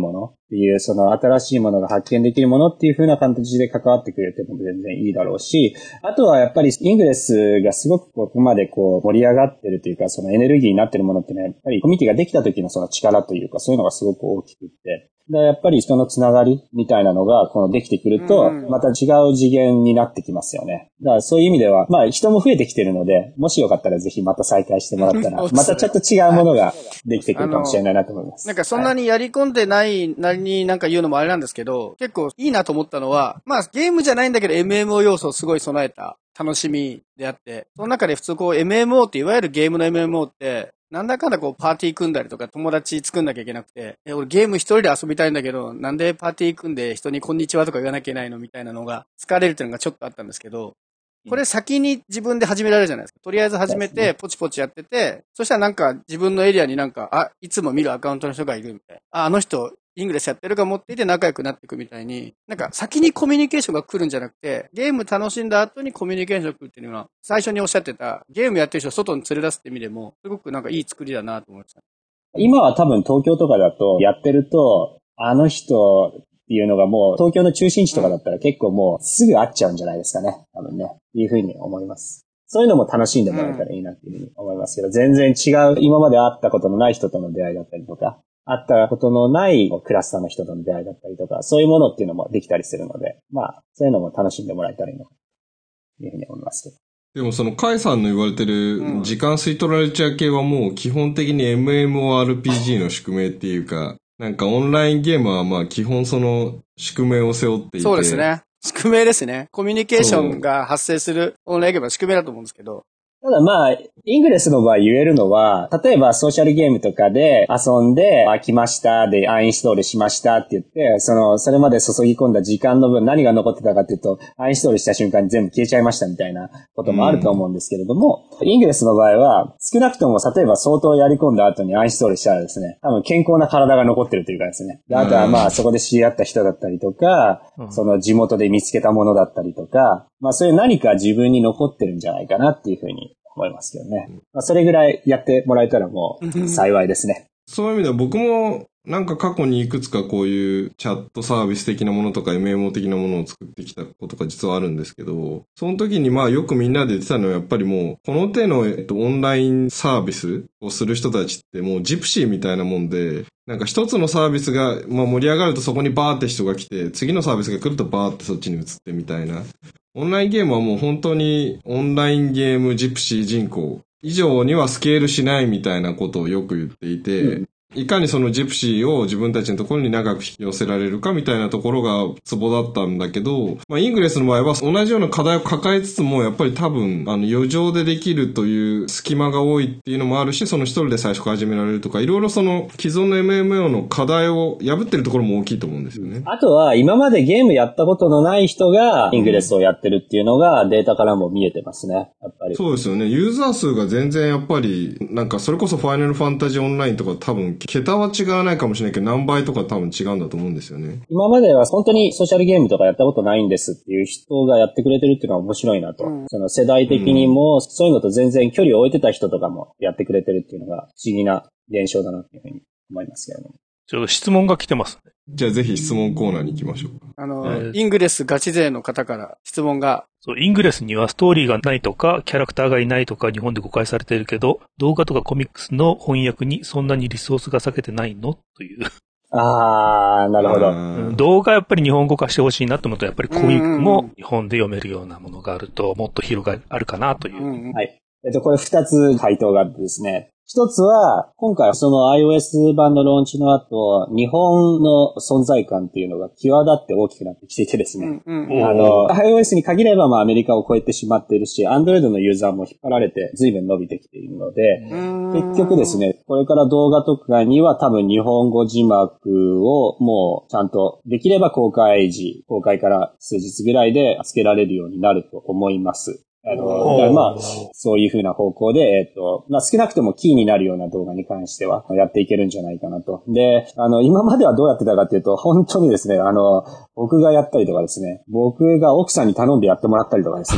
っていう、その新しいものが発見できるものっていう風な形で関わってくれても全然いいだろうし、あとはやっぱりイングレスがすごくここまでこう盛り上がってるというか、そのエネルギーになってるものってね、やっぱりコミュニティができた時のその力というか、そういうのがすごく大きくって、でやっぱり人のつながりみたいなのがこのできてくると、また違う次元になってきますよね。だからそういう意味では、まあ人も増えてきてるので、もしよかったらぜひまた再開してもらったら、またちょっと違うものができてくるかもしれないなと思います。 なんかそんなにやり込んでないなりになんか言うのもあれなんですけど、結構いいなと思ったのは、まあゲームじゃないんだけど エムエムオー 要素をすごい備えた楽しみであって、その中で普通こう エムエムオー っていわゆるゲームの エムエムオーって、なんだかんだこうパーティー組んだりとか友達作んなきゃいけなくて、え、俺ゲーム一人で遊びたいんだけど、なんでパーティー組んで人にこんにちはとか言わなきゃいけないのみたいなのが疲れるっていうのがちょっとあったんですけど、これ先に自分で始められるじゃないですか。とりあえず始めて、ポチポチやってて、そしたらなんか自分のエリアになんか、あ、いつも見るアカウントの人がいるみたいな。あ、あの人、イングレスやってるかもっていて仲良くなっていくみたいに、なんか先にコミュニケーションが来るんじゃなくて、ゲーム楽しんだ後にコミュニケーションが来るっていうのは、最初におっしゃってた、ゲームやってる人を外に連れ出すって意味でも、すごくなんかいい作りだなと思いました。 今は多分東京とかだと、やってると、あの人っていうのがもう、東京の中心地とかだったら結構もうすぐ会っちゃうんじゃないですかね。多分ね。っていうふうに思います。そういうのも楽しんでもらえたらいいなっていうふうに思いますけど、全然違う、今まで会ったことのない人との出会いだったりとか、会ったことのないクラスターの人との出会いだったりとか、そういうものっていうのもできたりするので、まあ、そういうのも楽しんでもらえたらいいのかというふうに思いますけど。 でもそのカイさんの言われてる時間吸い取られちゃう系はもう基本的に エムエムオーアールピージー の宿命っていうか、なんかオンラインゲームはまあ基本その宿命を背負っていて。 そうですね。宿命ですね。コミュニケーションが発生するオンラインゲームは宿命だと思うんですけど。 ただまあ、イングレスの場合言えるのは、例えばソーシャルゲームとかで遊んで飽きましたでアンインストールしましたって言って、その、それまで注ぎ込んだ時間の分何が残ってたかっていうと、アンインストールした瞬間に全部消えちゃいましたみたいなこともあると思うんですけれども、うん、イングレスの場合は少なくとも例えば相当やり込んだ後にアンインストールしたらですね、多分健康な体が残ってるというかですね。であとはまあそこで知り合った人だったりとか、うん、その地元で見つけたものだったりとか、まあそういう何か自分に残ってるんじゃないかなっていうふうに思いますけどね。まあ、それぐらいやってもらえたらもう幸いですね。 そういう意味では僕もなんか過去にいくつかこういうチャットサービス的なものとか エムエムオー 的なものを作ってきたことが実はあるんですけど、その時にまあよくみんなで言ってたのはやっぱりもうこの手のえっとオンラインサービスをする人たちってもうジプシーみたいなもんで、なんか一つのサービスがまあ盛り上がるとそこにバーって人が来て、次のサービスが来るとバーってそっちに移ってみたいな。オンラインゲームはもう本当にオンラインゲームジプシー人口以上にはスケールしないみたいなことをよく言っていて、うん、いかにそのジプシーを自分たちのところに長く引き寄せられるかみたいなところがツボだったんだけど、まあイングレスの場合は同じような課題を抱えつつもやっぱり多分あの余剰でできるという隙間が多いっていうのもあるし、その一人で最初から始められるとか、いろいろその既存の エムエムオー の課題を破ってるところも大きいと思うんですよね。 あとは今までゲームやったことのない人がイングレスをやってるっていうのがデータからも見えてますね。やっぱり。 そうですよね。ユーザー数が全然やっぱりなんかそれこそファイナルファンタジーオンラインとか多分桁は違わないかもしれないけど何倍とか多分違うんだと思うんですよね。 今までは本当にソーシャルゲームとかやったことないんですっていう人がやってくれてるっていうのは面白いなと。うん、その世代的にもそういうのと全然距離を置いてた人とかもやってくれてるっていうのが不思議な現象だなっていうふうに思いますけども。 ちょっと質問が来てますね。 じゃあぜひ質問コーナーに行きましょう。 あの、えー、イングレスガチ勢の方から質問が。 そう、イングレスにはストーリーがないとか、キャラクターがいないとか日本で誤解されているけど、動画とかコミックスの翻訳にそんなにリソースが割けてないのという。 あー、なるほど。 うん、動画やっぱり日本語化してほしいなと思うと、やっぱりコミックも日本で読めるようなものがあると、もっと広があるかなという。 うんうん、はい。えっと、これ二つ回答があってですね。一つは、今回その iOS 版のローンチの後、日本の存在感っていうのが際立って大きくなってきていてですね。うんうん、あの、iOS に限ればまあアメリカを超えてしまっているし、Android のユーザーも引っ張られて随分伸びてきているので、結局ですね、これから動画とかには多分日本語字幕をもうちゃんとできれば公開時、公開から数日ぐらいでつけられるようになると思います。あの、まあ、そういう風な方向で、えっと、まあ、少なくともキーになるような動画に関してはやっていけるんじゃないかなと。で、あの、今まではどうやってたかっていうと、本当にですね、あの、僕がやったりとかですね、僕が奥さんに頼んでやってもらったりとかですね、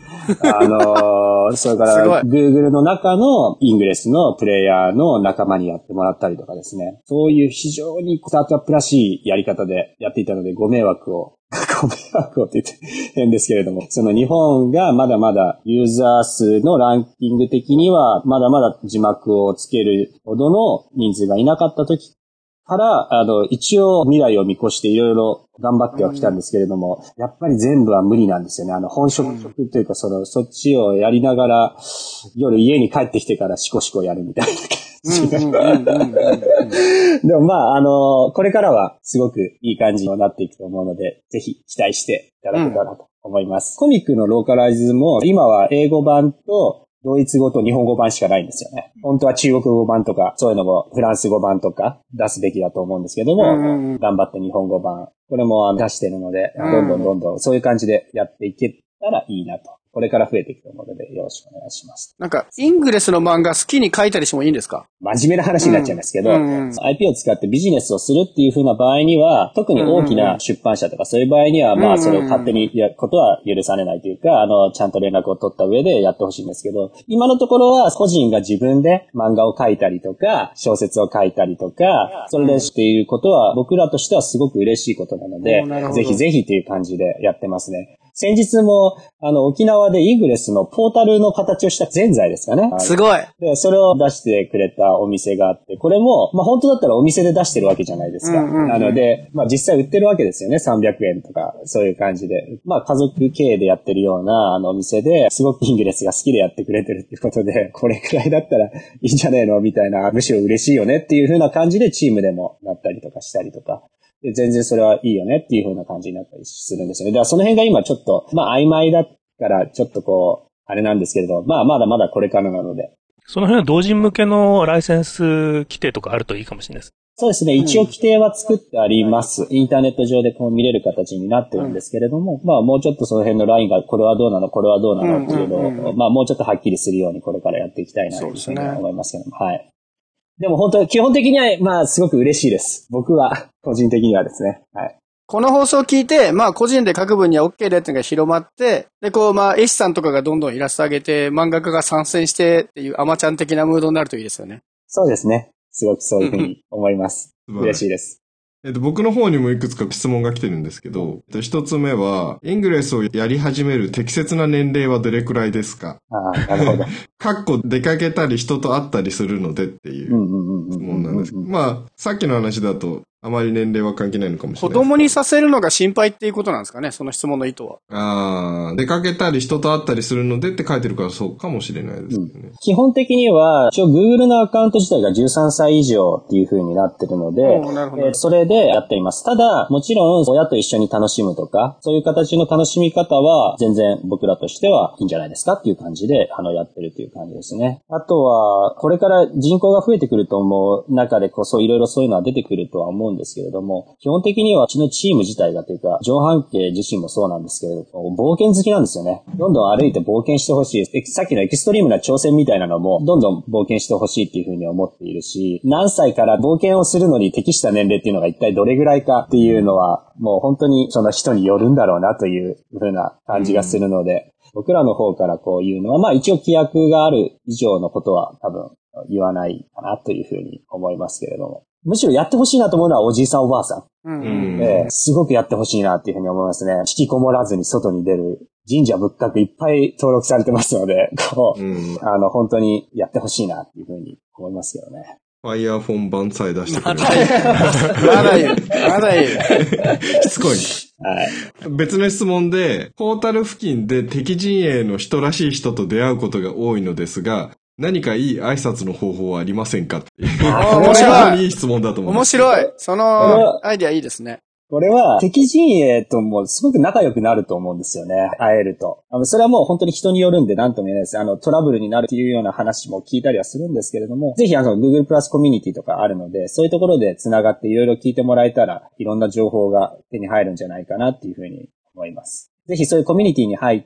あのー、それから Google の中のイングレスのプレイヤーの仲間にやってもらったりとかですね。そういう非常にスタートアップらしいやり方でやっていたのでご迷惑をご迷惑をって言って変ですけれども、その日本がまだまだユーザー数のランキング的にはまだまだ字幕をつけるほどの人数がいなかった時から、あの、一応未来を見越していろいろ頑張ってはきたんですけれども、うん、やっぱり全部は無理なんですよね。あの、本職というか、その、そっちをやりながら、夜家に帰ってきてからシコシコやるみたいな感じ。でもまあ、あの、これからはすごくいい感じになっていくと思うので、ぜひ期待していただけたらと思います。うん、コミックのローカライズも、今は英語版と、ドイツ語と日本語版しかないんですよね。本当は中国語版とか、そういうのもフランス語版とか出すべきだと思うんですけども、うんうん、頑張って日本語版、これも出してるので、うん、どんどんどんどんそういう感じでやっていけたらいいなと。これから増えていくと思うので、よろしくお願いします。 なんか、イングレスの漫画好きに書いたりしてもいいんですか？ 真面目な話になっちゃいますけど、うんうんうん、アイピー を使ってビジネスをするっていう風な場合には、特に大きな出版社とかそういう場合には、うんうんうん、まあ、それを勝手にやることは許されないというか、あの、ちゃんと連絡を取った上でやってほしいんですけど、今のところは個人が自分で漫画を書いたりとか、小説を書いたりとか、それでしていることは、僕らとしてはすごく嬉しいことなので、うん、ぜひぜひという感じでやってますね。先日も、あの、沖縄でイングレスのポータルの形をしたぜんざいですかね。 すごい。 で、それを出してくれたお店があって、これも、まあ本当だったらお店で出してるわけじゃないですか。うんうんうん、なので、まあ実際売ってるわけですよね。さんびゃくえんとか、そういう感じで。まあ家族経営でやってるような、あのお店で、すごくイングレスが好きでやってくれてるっていうことで、これくらいだったらいいんじゃねえのみたいな、むしろ嬉しいよねっていう風な感じでチームでもなったりとかしたりとか。で全然それはいいよねっていう風な感じになったりするんですよね。だからその辺が今ちょっと、まあ曖昧だからちょっとこう、あれなんですけれど、まあまだまだこれからなので。 その辺は同人向けのライセンス規定とかあるといいかもしれないです。 そうですね。一応規定は作ってあります。うん、インターネット上でこう見れる形になってるんですけれども、うん、まあもうちょっとその辺のラインがこれはどうなの、これはどうなのっていうのを、うんうんうん、まあもうちょっとはっきりするようにこれからやっていきたいなというふうに思いますけども、はい。でも本当、基本的には、まあ、すごく嬉しいです。僕は、個人的にはですね。はい。 この放送を聞いて、まあ、個人で書く分には OK でっていうのが広まって、で、こう、まあ、絵師さんとかがどんどんイラスト上げて、漫画家が参戦してっていうアマちゃん的なムードになるといいですよね。 そうですね。すごくそういうふうに思います。嬉しいです。 えっと、僕の方にもいくつか質問が来てるんですけど、えっと、一つ目は、イングレスをやり始める適切な年齢はどれくらいですか？ ああ、なるほど。 かっこ出かけたり人と会ったりするのでっていう質問なんですけど、まあ、さっきの話だと、あまり年齢は関係ないのかもしれない。 子供にさせるのが心配っていうことなんですかね、その質問の意図は。 ああ、出かけたり人と会ったりするのでって書いてるからそうかもしれないですね。うん、 基本的には、一応 Google のアカウント自体がじゅうさんさい以上っていう風になってるので、えー、それでやっています。ただ、もちろん親と一緒に楽しむとか、そういう形の楽しみ方は全然僕らとしてはいいんじゃないですかっていう感じで、あの、やってるっていう感じですね。あとは、これから人口が増えてくると思う中でこそいろいろそういうのは出てくるとは思うんですけれども、基本的にはうちのチーム自体がというか、上半径自身もそうなんですけれども、冒険好きなんですよね。どんどん歩いて冒険してほしい。さっきのエキストリームな挑戦みたいなのも、どんどん冒険してほしいっていうふうに思っているし、何歳から冒険をするのに適した年齢っていうのが一体どれぐらいかっていうのは、もう本当にその人によるんだろうなというふうな感じがするので、うん、僕らの方からこういうのは、まあ一応規約がある以上のことは多分言わないかなというふうに思いますけれども。むしろやってほしいなと思うのはおじいさんおばあさん。うんえー、すごくやってほしいなっていうふうに思いますね。引きこもらずに外に出る神社仏閣いっぱい登録されてますので、こう、うん、あの、本当にやってほしいなっていうふうに思いますけどね。 ファイヤーフォンバンさえ出してくれる。 まだいい。まだいい。 しつこい。はい。別の質問で、ポータル付近で敵陣営の人らしい人と出会うことが多いのですが、何かいい挨拶の方法はありませんかっていう。 あ面白い。 いい質問だと思う。 面白い。そのアイディアいいですね。 これは敵陣営ともすごく仲良くなると思うんですよね。会えると。あのそれはもう本当に人によるんで何とも言えないです。あのトラブルになるっていうような話も聞いたりはするんですけれども、ぜひあの Google プラスコミュニティとかあるので、そういうところで繋がっていろいろ聞いてもらえたら、いろんな情報が手に入るんじゃないかなっていうふうに思います。ぜひそういうコミュニティに入って、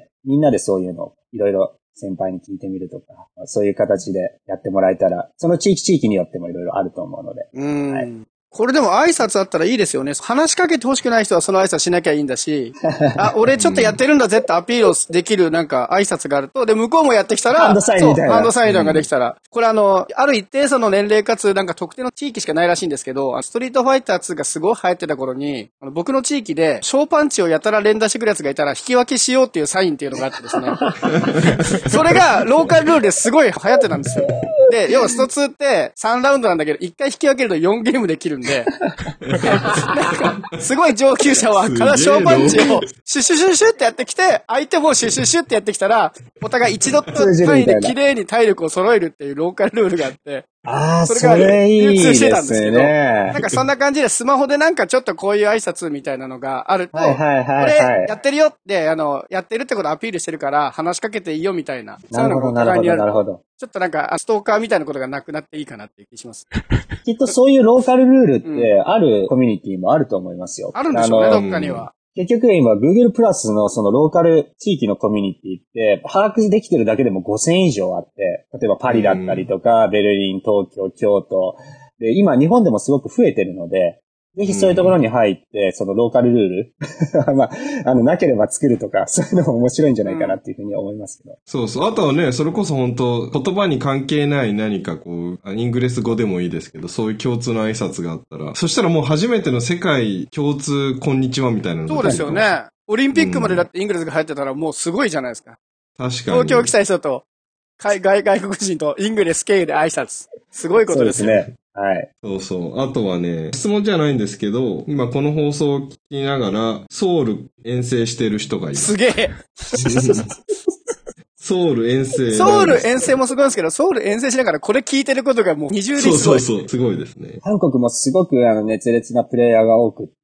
みんなでそういうのをいろいろ先輩に聞いてみるとか、そういう形でやってもらえたら、その地域地域によってもいろいろあると思うので。 うん、 はいこれでも挨拶あったらいいですよね。話しかけて欲しくない人はその挨拶しなきゃいいんだし、あ、俺ちょっとやってるんだぜってアピールをできるなんか挨拶があると、で、向こうもやってきたら、 ハンドサインみたいな。 そう、ハンドサインができたら。うん、これあの、ある一定数の年齢かつなんか特定の地域しかないらしいんですけど、ストリートファイターツーがすごい流行ってた頃に、あの僕の地域で小パンチをやたら連打してくる奴がいたら引き分けしようっていうサインっていうのがあってですね。それがローカルルールですごい流行ってたんですよ。で、要はストツーってさんラウンドなんだけど、いっかい引き分けるとよんゲームできるんで、なんか、すごい上級者は、から小パンチを、シュシュシュシュってやってきて、相手もシュシュシュってやってきたら、お互い一度単位で綺麗に体力を揃えるっていうローカルルールがあって、 ああ、 それが流通してたんですけど、 ね、 なんかそんな感じでスマホでなんかちょっとこういう挨拶みたいなのがあると、 はいはいはいはい、 これやってるよって、あの、やってるってことアピールしてるから話しかけていいよみたいな。 なるほど、なるほど、なるほど。 ちょっとなんか、ストーカーみたいなことがなくなっていいかなっていう気します。 きっとそういうローカルルールって、あるコミュニティもあると思いますよ。 あるんでしょうね、どっかには。 結局今 Google プラスのそのローカル地域のコミュニティって把握できてるだけでもごせん以上あって、例えばパリだったりとか、ベルリン、東京、京都。で、今日本でもすごく増えてるので、ぜひそういうところに入って、そのローカルルールまあ、あの、なければ作るとか、そういうのも面白いんじゃないかなっていうふうに思いますけど。 そうそう。あとはね、それこそ本当言葉に関係ない何かこう、イングレス語でもいいですけど、そういう共通の挨拶があったら、そしたらもう初めての世界共通こんにちはみたいなのがそうですよね。オリンピックまでだってイングレスが入ってたらもうすごいじゃないですか。 確かに。 東京来た人と、海外、外国人とイングレス経由で挨拶。すごいことですよね。 そうですね。はい。 そうそう。あとはね、質問じゃないんですけど、今この放送を聞きながら、ソウル遠征してる人がいます。 すげえ。 ソウル遠征。 ソウル遠征もすごいんですけど、ソウル遠征しながらこれ聞いてることがもう二重にすごい。 そうそうそう。すごいですね。 韓国もすごくあの熱烈なプレイヤーが多くって、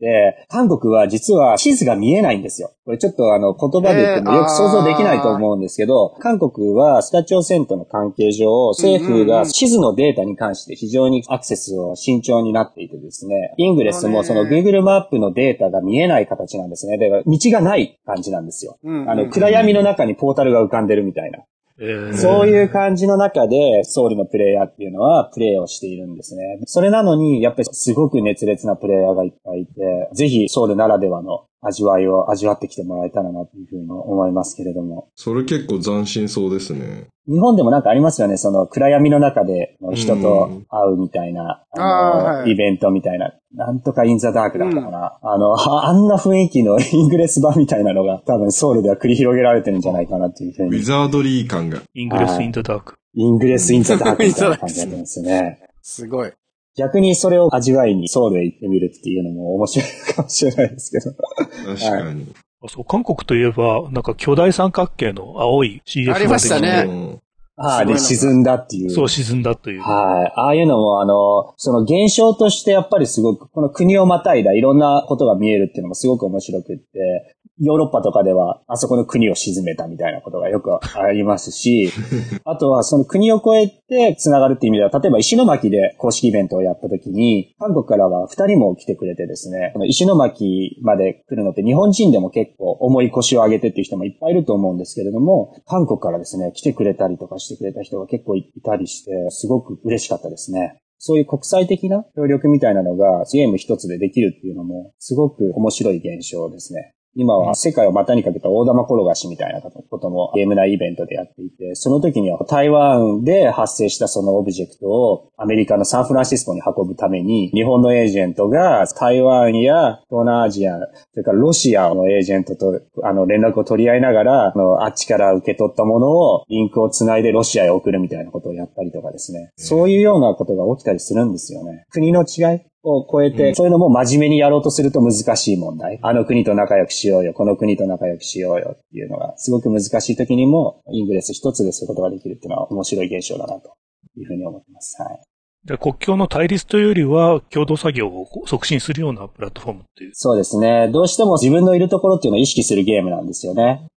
韓国は実は地図が見えないんですよ。これちょっとあの言葉で言ってもよく想像できないと思うんですけど、えー、韓国は北朝鮮との関係上、政府が地図のデータに関して非常にアクセスを慎重になっていてですね、イングレスもその Google マップのデータが見えない形なんですね。だから道がない感じなんですよ。うんうん、あの暗闇の中にポータルが浮かんでるみたいな。えー、そういう感じの中で、ソウルのプレイヤーっていうのはプレイをしているんですね。それなのに、やっぱりすごく熱烈なプレイヤーがいっぱいいて、ぜひソウルならではの味わいを味わってきてもらえたらなというふうに思いますけれども。 それ結構斬新そうですね。 日本でもなんかありますよね。その暗闇の中で人と会うみたいな、あの、はい、イベントみたいな。なんとかインザダークだったかな。うん、あの、あんな雰囲気のイングレス版みたいなのが多分ソウルでは繰り広げられてるんじゃないかなっていうふうに。 ウィザードリー感が。 イングレスインザダーク。 イングレスインザダークみたいな感じなんですね。 すごい。 逆にそれを味わいにソウルへ行ってみるっていうのも面白いかもしれないですけど。 確かに。はい、 そう、韓国といえば、なんか巨大三角形の青い シーエフ がありましたね。 ああ、で、沈んだっていう。 そう、沈んだという。 はい。ああいうのも、あの、その現象としてやっぱりすごく、この国をまたいだいろんなことが見えるっていうのもすごく面白くって、ヨーロッパとかでは、あそこの国を沈めたみたいなことがよくありますし、あとはその国を越えて繋がるっていう意味では、例えば石巻で公式イベントをやった時に、韓国からは二人も来てくれてですね、この石巻まで来るのって日本人でも結構重い腰を上げてっていう人もいっぱいいると思うんですけれども、韓国からですね、来てくれたりとかしてくれた人が結構いたりして、すごく嬉しかったですね。そういう国際的な協力みたいなのがゲーム一つでできるっていうのも、すごく面白い現象ですね。今は世界を股にかけた大玉転がしみたいなこともゲーム内イベントでやっていて、その時には台湾で発生したそのオブジェクトをアメリカのサンフランシスコに運ぶために、日本のエージェントが台湾や東南アジア、それからロシアのエージェントとあの連絡を取り合いながら、あのあっちから受け取ったものをリンクをつないでロシアへ送るみたいなことをやったりとかですね。そういうようなことが起きたりするんですよね。国の違いを超えて、うん、そういうのも真面目にやろうとすると難しい問題。あの国と仲良くしようよ、この国と仲良くしようよっていうのが、すごく難しい時にも、イングレス一つでそういうことができるっていうのは面白い現象だなというふうに思ってます。はい。 で、国境の対立というよりは、共同作業を促進するようなプラットフォームっていう。 そうですね。どうしても自分のいるところっていうのを意識するゲームなんですよね。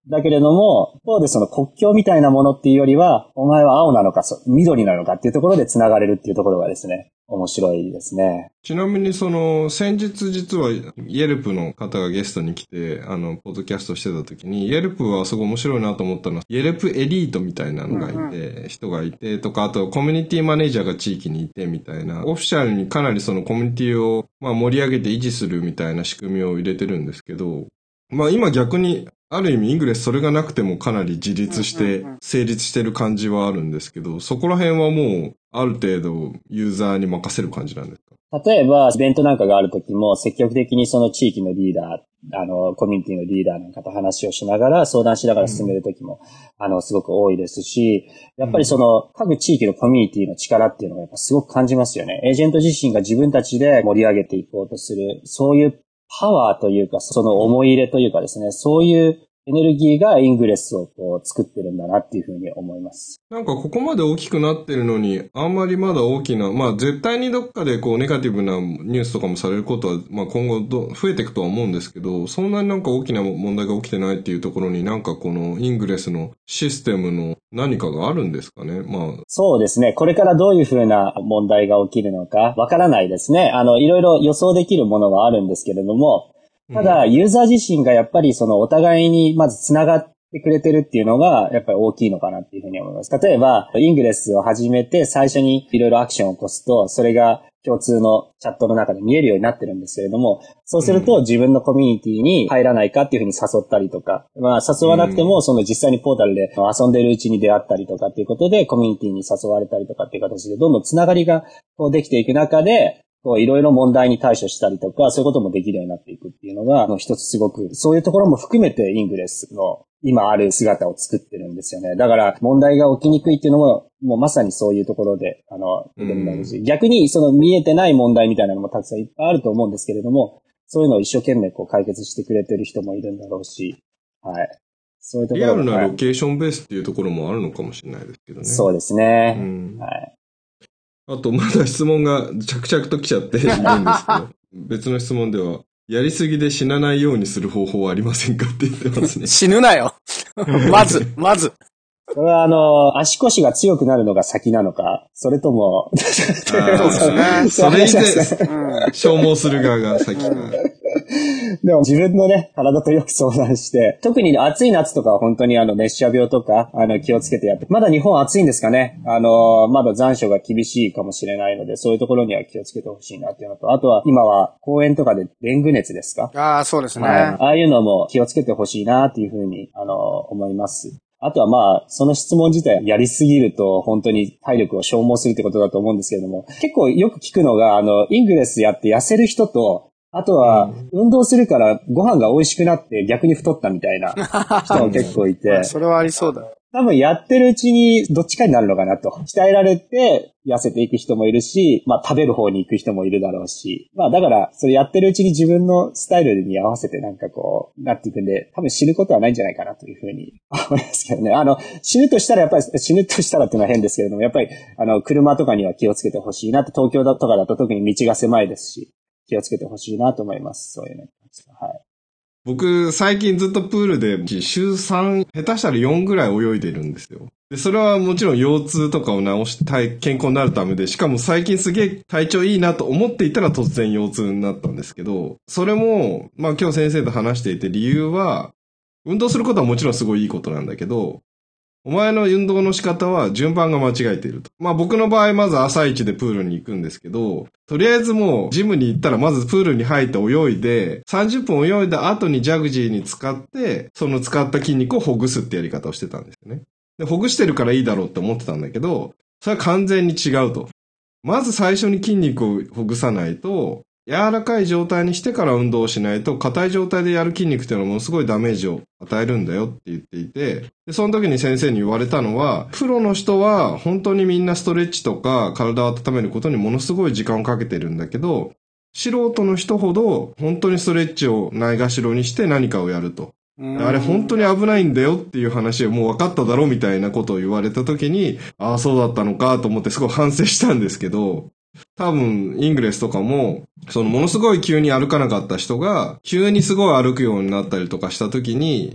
だけれども、一方でその国境みたいなものっていうよりは、お前は青なのか、緑なのかっていうところで繋がれるっていうところがですね、面白いですね。 ちなみにその、先日実は、イエルプの方がゲストに来て、あの、ポッドキャストしてた時に、イエルプはすごい面白いなと思ったのは、イエルプエリートみたいなのがいて、うんうん、人がいて、とか、あとコミュニティマネージャーが地域にいてみたいな、オフィシャルにかなりそのコミュニティを、まあ、盛り上げて維持するみたいな仕組みを入れてるんですけど、まあ今逆に、ある意味イングレスそれがなくてもかなり自立して成立してる感じはあるんですけど、そこら辺はもうある程度ユーザーに任せる感じなんですか？ 例えばイベントなんかがある時も積極的にその地域のリーダー、あのコミュニティのリーダーなんかと話をしながら相談しながら進める時も、うん、あのすごく多いですし、やっぱりその各地域のコミュニティの力っていうのがやっぱすごく感じますよね。エージェント自身が自分たちで盛り上げていこうとする、そういうパワーというか、その思い入れというかですね、そういうエネルギーがイングレスをこう作ってるんだなっていうふうに思います。 なんかここまで大きくなってるのに、あんまりまだ大きな、まあ絶対にどっかでこうネガティブなニュースとかもされることは、まあ今後ど増えていくとは思うんですけど、そんなになんか大きな問題が起きてないっていうところになんかこのイングレスのシステムの何かがあるんですかね。まあ。 そうですね。これからどういうふうな問題が起きるのかわからないですね。あの、いろいろ予想できるものはあるんですけれども、ただ、ユーザー自身がやっぱりそのお互いにまず繋がってくれてるっていうのがやっぱり大きいのかなっていうふうに思います。例えば、イングレスを始めて最初にいろいろアクションを起こすと、それが共通のチャットの中で見えるようになってるんですけれども、そうすると自分のコミュニティに入らないかっていうふうに誘ったりとか、まあ誘わなくてもその実際にポータルで遊んでるうちに出会ったりとかっていうことでコミュニティに誘われたりとかっていう形でどんどんつながりがこうできていく中で、こういろいろ問題に対処したりとか、そういうこともできるようになっていくっていうのが、一つすごく、そういうところも含めてイングレスの今ある姿を作ってるんですよね。だから問題が起きにくいっていうのも、もうまさにそういうところで、あの、逆にその見えてない問題みたいなのもたくさんいっぱいあると思うんですけれども、そういうのを一生懸命こう解決してくれてる人もいるんだろうし、はい。そういうところ。 リアルなロケーションベースっていうところもあるのかもしれないですけどね。 そうですね。うん、はい。 あと、まだ質問が着々と来ちゃっているんですけど、別の質問では、やりすぎで死なないようにする方法はありませんかって言ってますね。 死ぬなよ。まず、まず。 これはあの、足腰が強くなるのが先なのか、それとも、 そうですね。それ以前、消耗する側が先か。 でも自分のね、体とよく相談して、特に暑い夏とかは本当にあの熱射病とか、あの気をつけてやって、まだ日本暑いんですかね。あの、まだ残暑が厳しいかもしれないので、そういうところには気をつけてほしいなっていうのと、あとは今は公園とかでデング熱ですか？ ああ、そうですね。 はい、ああいうのも気をつけてほしいなっていうふうに、あの、思います。あとはまあ、その質問自体やりすぎると本当に体力を消耗するってことだと思うんですけれども、結構よく聞くのが、あの、イングレスやって痩せる人と、あとは、運動するからご飯が美味しくなって逆に太ったみたいな人も結構いて。 それはありそうだ。 多分やってるうちにどっちかになるのかなと。鍛えられて痩せていく人もいるし、まあ食べる方に行く人もいるだろうし。まあだから、それやってるうちに自分のスタイルに合わせてなんかこう、なっていくんで、多分死ぬことはないんじゃないかなというふうに思いますけどね。あの、死ぬとしたらやっぱり、死ぬとしたらっていうのは変ですけれども、やっぱり、あの、車とかには気をつけてほしいなって、東京とかだと特に道が狭いですし。気をつけてほしいなと思います。そういうの。はい。 僕、最近ずっとプールで週さん、下手したらよんぐらい泳いでるんですよ。で、それはもちろん腰痛とかを治して健康になるためで、しかも最近すげえ体調いいなと思っていたら突然腰痛になったんですけど、それも、まあ今日先生と話していて理由は、運動することはもちろんすごいいいことなんだけど、お前の運動の仕方は順番が間違えていると。まあ僕の場合まず朝一でプールに行くんですけど、とりあえずもうジムに行ったらまずプールに入って泳いで、さんじゅっぷん泳いだ後にジャグジーに使って、その使った筋肉をほぐすってやり方をしてたんですよね。で、ほぐしてるからいいだろうって思ってたんだけど、それは完全に違うと。まず最初に筋肉をほぐさないと、柔らかい状態にしてから運動をしないと、硬い状態でやる筋肉っていうのはものすごいダメージを与えるんだよって言っていて、でその時に先生に言われたのは、プロの人は本当にみんなストレッチとか体を温めることにものすごい時間をかけてるんだけど、素人の人ほど本当にストレッチをないがしろにして何かをやると。あれ本当に危ないんだよっていう話をもう分かっただろみたいなことを言われた時に、ああそうだったのかと思ってすごい反省したんですけど、多分、イングレスとかも、そのものすごい急に歩かなかった人が、急にすごい歩くようになったりとかした時に、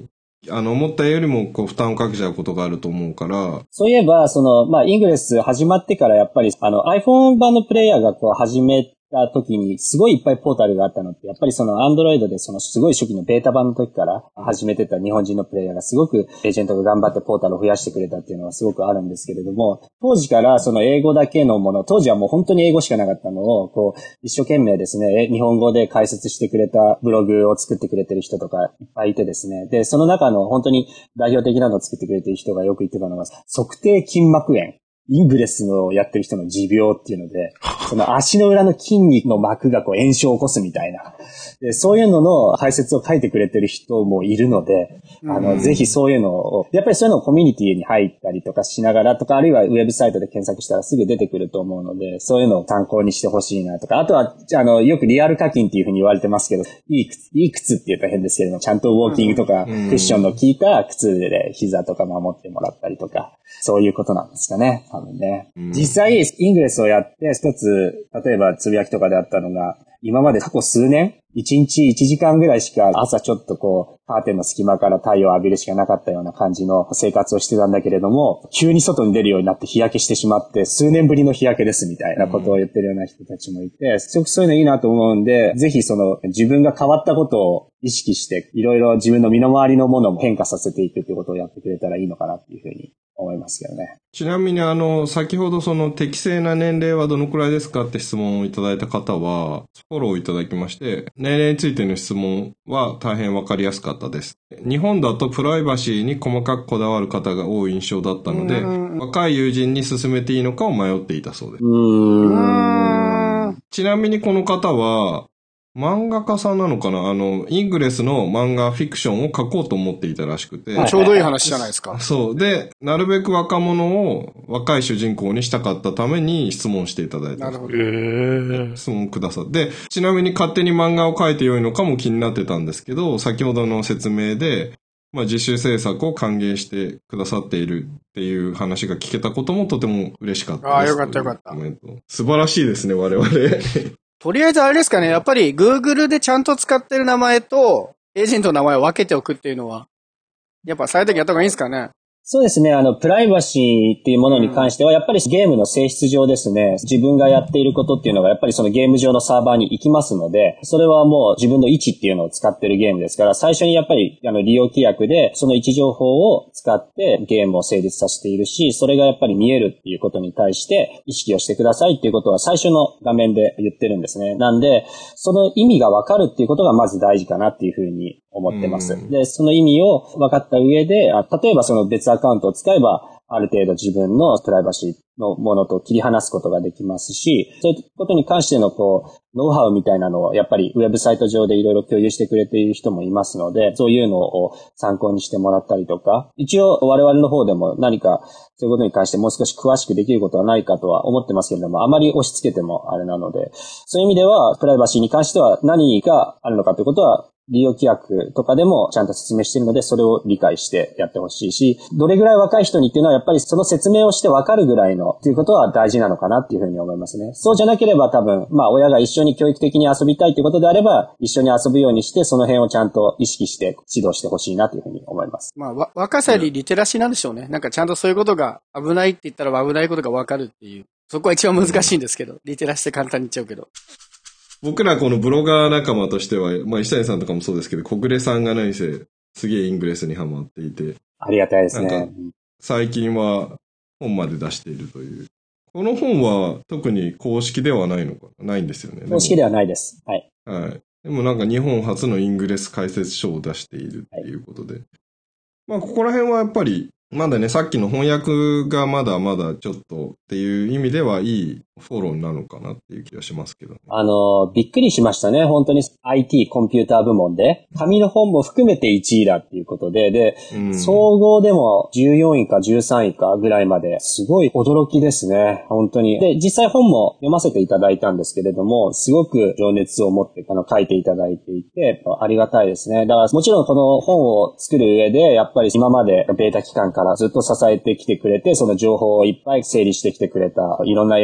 あの、思ったよりもこう負担をかけちゃうことがあると思うから。 そういえば、その、まあ、イングレス始まってからやっぱり、あの、iPhone 版のプレイヤーがこう始めた時にすごいいっぱいポータルがあったのって、やっぱりその Android でそのすごい初期のベータ版の時から始めてた日本人のプレイヤーがすごくエージェントが頑張ってポータルを増やしてくれたっていうのはすごくあるんですけれども、当時からその英語だけのもの、当時はもう本当に英語しかなかったのを、こう、一生懸命ですね、日本語で解説してくれたブログを作ってくれてる人とかいっぱいいてですね、で、その中の本当に代表的なのを作ってくれてる人がよく言ってたのが、測定筋膜炎。イングレスのやってる人の持病っていうので、その足の裏の筋肉の膜がこう炎症を起こすみたいな。で、そういうのの解説を書いてくれてる人もいるので、あの、ぜひそういうのを、やっぱりそういうのをコミュニティに入ったりとかしながらとか、あるいはウェブサイトで検索したらすぐ出てくると思うので、そういうのを参考にしてほしいなとか、あとは、あの、よくリアル課金っていうふうに言われてますけど、いい靴、いい靴って言うと変ですけれども、ちゃんとウォーキングとか、クッションの効いた靴で膝とか守ってもらったりとか、そういうことなんですかね、多分ね。実際、イングレスをやって、一つ、例えばつぶやきとかであったのが、今まで過去数年、一日一時間ぐらいしか朝ちょっとこう、カーテンの隙間から太陽を浴びるしかなかったような感じの生活をしてたんだけれども、急に外に出るようになって日焼けしてしまって、数年ぶりの日焼けですみたいなことを言ってるような人たちもいて、すごくそういうのいいなと思うんで、ぜひその自分が変わったことを意識して、いろいろ自分の身の回りのものも変化させていくっていうことをやってくれたらいいのかなっていうふうに思いますけどね。 ちなみにあの、先ほどその適正な年齢はどのくらいですかって質問をいただいた方は、フォローいただきまして、年齢についての質問は大変わかりやすかったです。日本だとプライバシーに細かくこだわる方が多い印象だったので、若い友人に勧めていいのかを迷っていたそうです。 うーん。 ちなみにこの方は、漫画家さんなのかなあの、イングレスの漫画フィクションを書こうと思っていたらしくて。 ちょうどいい話じゃないですか。 そう。で、なるべく若者を若い主人公にしたかったために質問していただいた。 なるほど。 質問くださって。ちなみに勝手に漫画を書いてよいのかも気になってたんですけど、先ほどの説明で、まあ自主制作を歓迎してくださっているっていう話が聞けたこともとても嬉しかったです。 ああ、よかったよかった。 素晴らしいですね、我々。 とりあえずあれですかね、やっぱり Google でちゃんと使ってる名前とエージェントの名前を分けておくっていうのは、やっぱ最低限やった方がいいんですかね。 そうですね。あの、プライバシーっていうものに関しては、やっぱりゲームの性質上ですね、自分がやっていることっていうのが、やっぱりそのゲーム上のサーバーに行きますので、それはもう自分の位置っていうのを使ってるゲームですから、最初にやっぱり、あの、利用規約で、その位置情報を使ってゲームを成立させているし、それがやっぱり見えるっていうことに対して意識をしてくださいっていうことは最初の画面で言ってるんですね。なんで、その意味がわかるっていうことがまず大事かなっていうふうに思ってます。で、その意味を分かった上で、あ、例えばその別アカウントを使えば、ある程度自分のプライバシーのものと切り離すことができますし、そういうことに関してのこう、ノウハウみたいなのをやっぱりウェブサイト上でいろいろ共有してくれている人もいますので、そういうのを参考にしてもらったりとか、一応我々の方でも何かそういうことに関してもう少し詳しくできることはないかとは思ってますけれども、あまり押し付けてもあれなので、そういう意味ではプライバシーに関しては何があるのかということは、利用規約とかでもちゃんと説明しているので、それを理解してやってほしいし、どれぐらい若い人にっていうのはやっぱりその説明をしてわかるぐらいのっていうことは大事なのかなっていうふうに思いますね。そうじゃなければ多分、まあ親が一緒に教育的に遊びたいということであれば、一緒に遊ぶようにして、その辺をちゃんと意識して指導してほしいなというふうに思います。 まあ、わ若さよりリテラシーなんでしょうね。なんかちゃんとそういうことが危ないって言ったら危ないことがわかるっていう。そこは一番難しいんですけど、リテラシーって簡単に言っちゃうけど。 僕らこのブロガー仲間としては、まあ石谷さんとかもそうですけど、小暮さんが何せすげえイングレスにハマっていて。 ありがたいですね。 なんか最近は本まで出しているという。この本は特に公式ではないのかなないんですよね。 公式ではないです。はい。 はい。でもなんか日本初のイングレス解説書を出しているっていうことで。はい、まあここら辺はやっぱり、まだね、さっきの翻訳がまだまだちょっとっていう意味ではいいフォローなのかなっていう気がしますけどね。 あの、びっくりしましたね。本当に アイティー コンピューター部門で、紙の本も含めていちいだっていうことで、で、うん、総合でもじゅうよんいかじゅうさんいかぐらいまで、すごい驚きですね。本当に。で、実際本も読ませていただいたんですけれども、すごく情熱を持ってあの書いていただいていて、ありがたいですね。だからもちろんこの本を作る上で、やっぱり今までベータ期間からずっと支えてきてくれて、その情報をいっぱい整理してきてくれたいろんなエージェント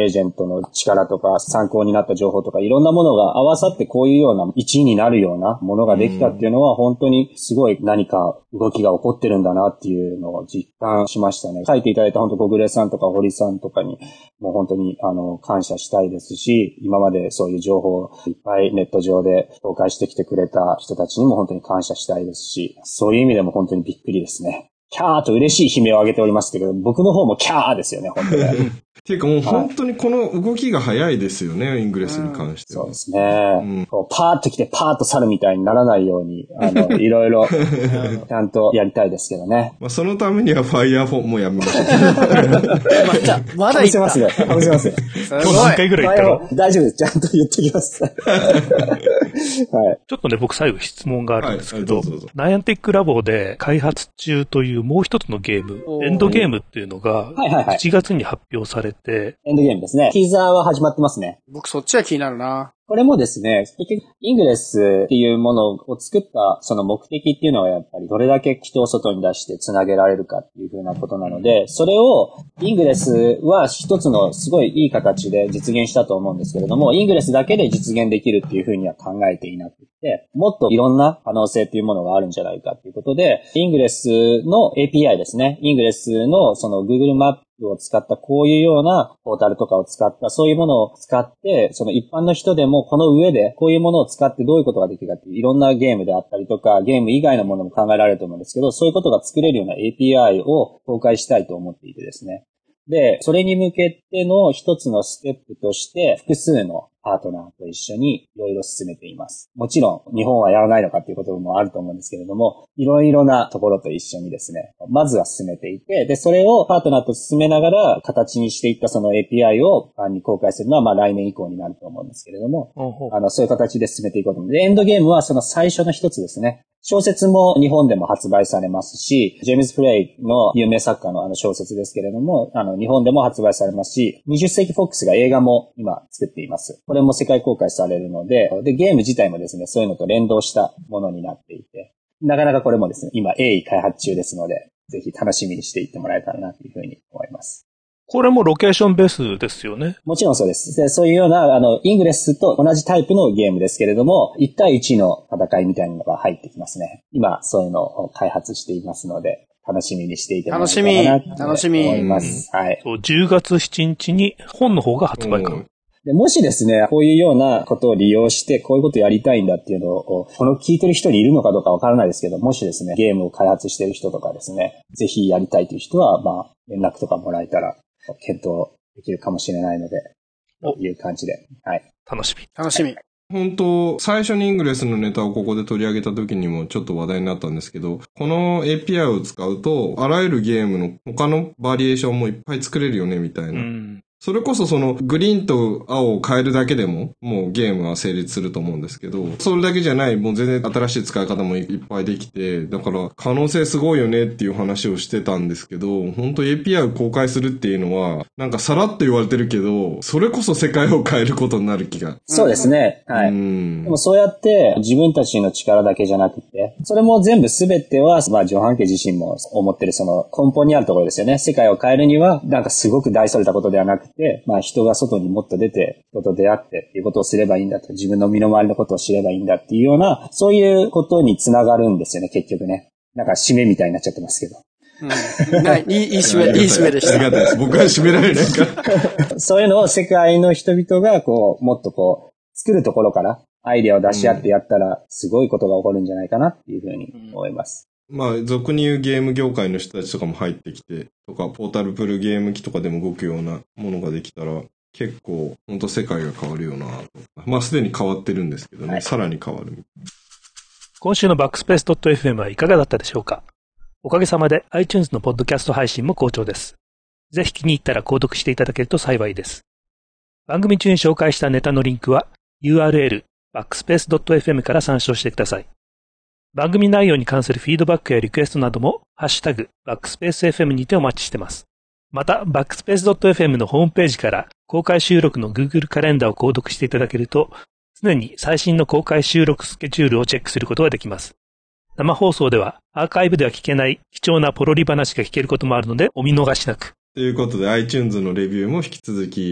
人の力とか参考になった情報とかいろんなものが合わさってこういうような一位になるようなものができたっていうのは本当にすごい何か動きが起こってるんだなっていうのを実感しましたね。書いていただいた本当小暮さんとか堀さんとかにもう本当にあの感謝したいですし、今までそういう情報をいっぱいネット上で紹介してきてくれた人たちにも本当に感謝したいですし、そういう意味でも本当にびっくりですね。キャーと嬉しい悲鳴を上げておりますけど、僕の方もキャーですよね、本当に。 っていうかもう本当にこの動きが早いですよね、はい、イングレスに関しては。 そうですね。うん、こうパーッと来てパーッと去るみたいにならないように、あの、いろいろ、ちゃんとやりたいですけどね。 まあそのためにはファイヤーフォンもやめましょう。 まじゃあ、まだ言ってますね。かぶせますね。 今日何回ぐらい言ったの？ 大丈夫です。ちゃんと言ってきます。はい。 ちょっとね、僕最後質問があるんですけど、 はい、どうぞどうぞ。 ナイアンティックラボで開発中というもう一つのゲーム、エンドゲームっていうのが、いちがつに発表されて、 エンドゲームですね。ティーザーは始まってますね。 僕そっちは気になるな。 これもですね、結局、イングレスっていうものを作ったその目的っていうのはやっぱりどれだけ人を外に出して繋げられるかっていうふうなことなので、それをイングレスは一つのすごいいい形で実現したと思うんですけれども、イングレスだけで実現できるっていうふうには考えていなくて、もっといろんな可能性っていうものがあるんじゃないかっていうことで、イングレスの エーピーアイ ですね。イングレスのその Google マップを使ったこういうようなポータルとかを使ったそういうものを使ってその一般の人でもこの上でこういうものを使ってどういうことができるかっていういろんなゲームであったりとかゲーム以外のものも考えられると思うんですけどそういうことが作れるような エーピーアイ を公開したいと思っていてですね。で、それに向けての一つのステップとして複数のパートナーと一緒にいろいろ進めています。もちろん日本はやらないのかっていうこともあると思うんですけれども、いろいろなところと一緒にですね、まずは進めていて、で、それをパートナーと進めながら形にしていったその エーピーアイ を一般に公開するのはまあ来年以降になると思うんですけれども、あの、そういう形で進めていこうと思う。で、エンドゲームはその最初の一つですね。小説も日本でも発売されますし、ジェームズ・プレイの有名作家のあの小説ですけれども、あの日本でも発売されますし、にじゅっ世紀フォックスが映画も今作っています。これも世界公開されるので、で、ゲーム自体もですね、そういうのと連動したものになっていて、なかなかこれもですね、今鋭意開発中ですので、ぜひ楽しみにしていってもらえたらなというふうに思います。 これもロケーションベースですよね。 もちろんそうです。で、そういうような、あの、イングレスと同じタイプのゲームですけれども、いち対いちの戦いみたいなのが入ってきますね。今、そういうのを開発していますので、楽しみにしていてもらえたらなと思います。はい。 そう、じゅうがつしちにちに本の方が発売か。うんでもしですね、こういうようなことを利用して、こういうことをやりたいんだっていうのを、この聞いてる人にいるのかどうかわからないですけど、もしですね、ゲームを開発している人とかですね、ぜひやりたいという人は、まあ、連絡とかもらえたら、検討できるかもしれないので、という感じで、はい。 楽しみ。 楽しみ。 本当、最初にイングレスのネタをここで取り上げた時にもちょっと話題になったんですけど、この エーピーアイ を使うと、あらゆるゲームの他のバリエーションもいっぱい作れるよね、みたいな。うんそれこそそのグリーンと青を変えるだけでももうゲームは成立すると思うんですけど、それだけじゃないもう全然新しい使い方もいっぱいできて、だから可能性すごいよねっていう話をしてたんですけど、本当 エーピーアイ を公開するっていうのはなんかさらっと言われてるけど、それこそ世界を変えることになる気が。 そうですね。はい。うんでもそうやって自分たちの力だけじゃなくて、それも全部すべては、まあジョハン家自身も思ってるその根本にあるところですよね。世界を変えるにはなんかすごく大それたことではなくて、で、まあ人が外にもっと出て、人と出会ってっていうことをすればいいんだと、自分の身の回りのことを知ればいいんだっていうような、そういうことにつながるんですよね、結局ね。なんか締めみたいになっちゃってますけど。 うん、いい、いい締め、いい締めでした。 ありがたいです。僕は締められないから。そういうのを世界の人々が、こう、もっとこう、作るところから、アイデアを出し合ってやったら、すごいことが起こるんじゃないかなっていうふうに思います。 まあ、俗に言うゲーム業界の人たちとかも入ってきて、とか、ポータルプルゲーム機とかでも動くようなものができたら、結構、ほんと世界が変わるよなと。まあ、すでに変わってるんですけどね、はい、さらに変わる。 今週のバックスペース .fm はいかがだったでしょうか？おかげさまで iTunes のポッドキャスト配信も好調です。ぜひ気に入ったら購読していただけると幸いです。番組中に紹介したネタのリンクは ユーアールエル バックスペース .fm から参照してください。番組内容に関するフィードバックやリクエストなども、ハッシュタグ、バックスペース エフエム にてお待ちしてます。また、バックスペース .fm のホームページから公開収録の Google カレンダーを購読していただけると、常に最新の公開収録スケジュールをチェックすることができます。生放送では、アーカイブでは聞けない貴重なポロリ話が聞けることもあるので、お見逃しなく。 ということで、iTunes のレビューも引き続き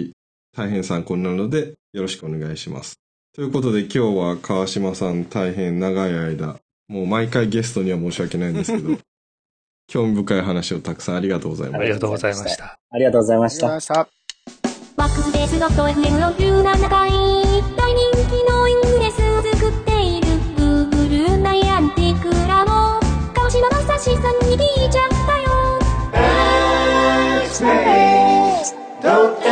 大変参考になるので、よろしくお願いします。ということで今日は川島さん大変長い間、もう毎回ゲストには申し訳ないんですけど、興味深い話をたくさんありがとうございました。 ありがとうございました。 ありがとうございました。 ありがとうございました。 ワックスベース .エフエム のじゅうななかい、大人気のイングレスを作っている Google ナイアンティクラの川島正史さんに聞いちゃったよ。エクスペース .エフエム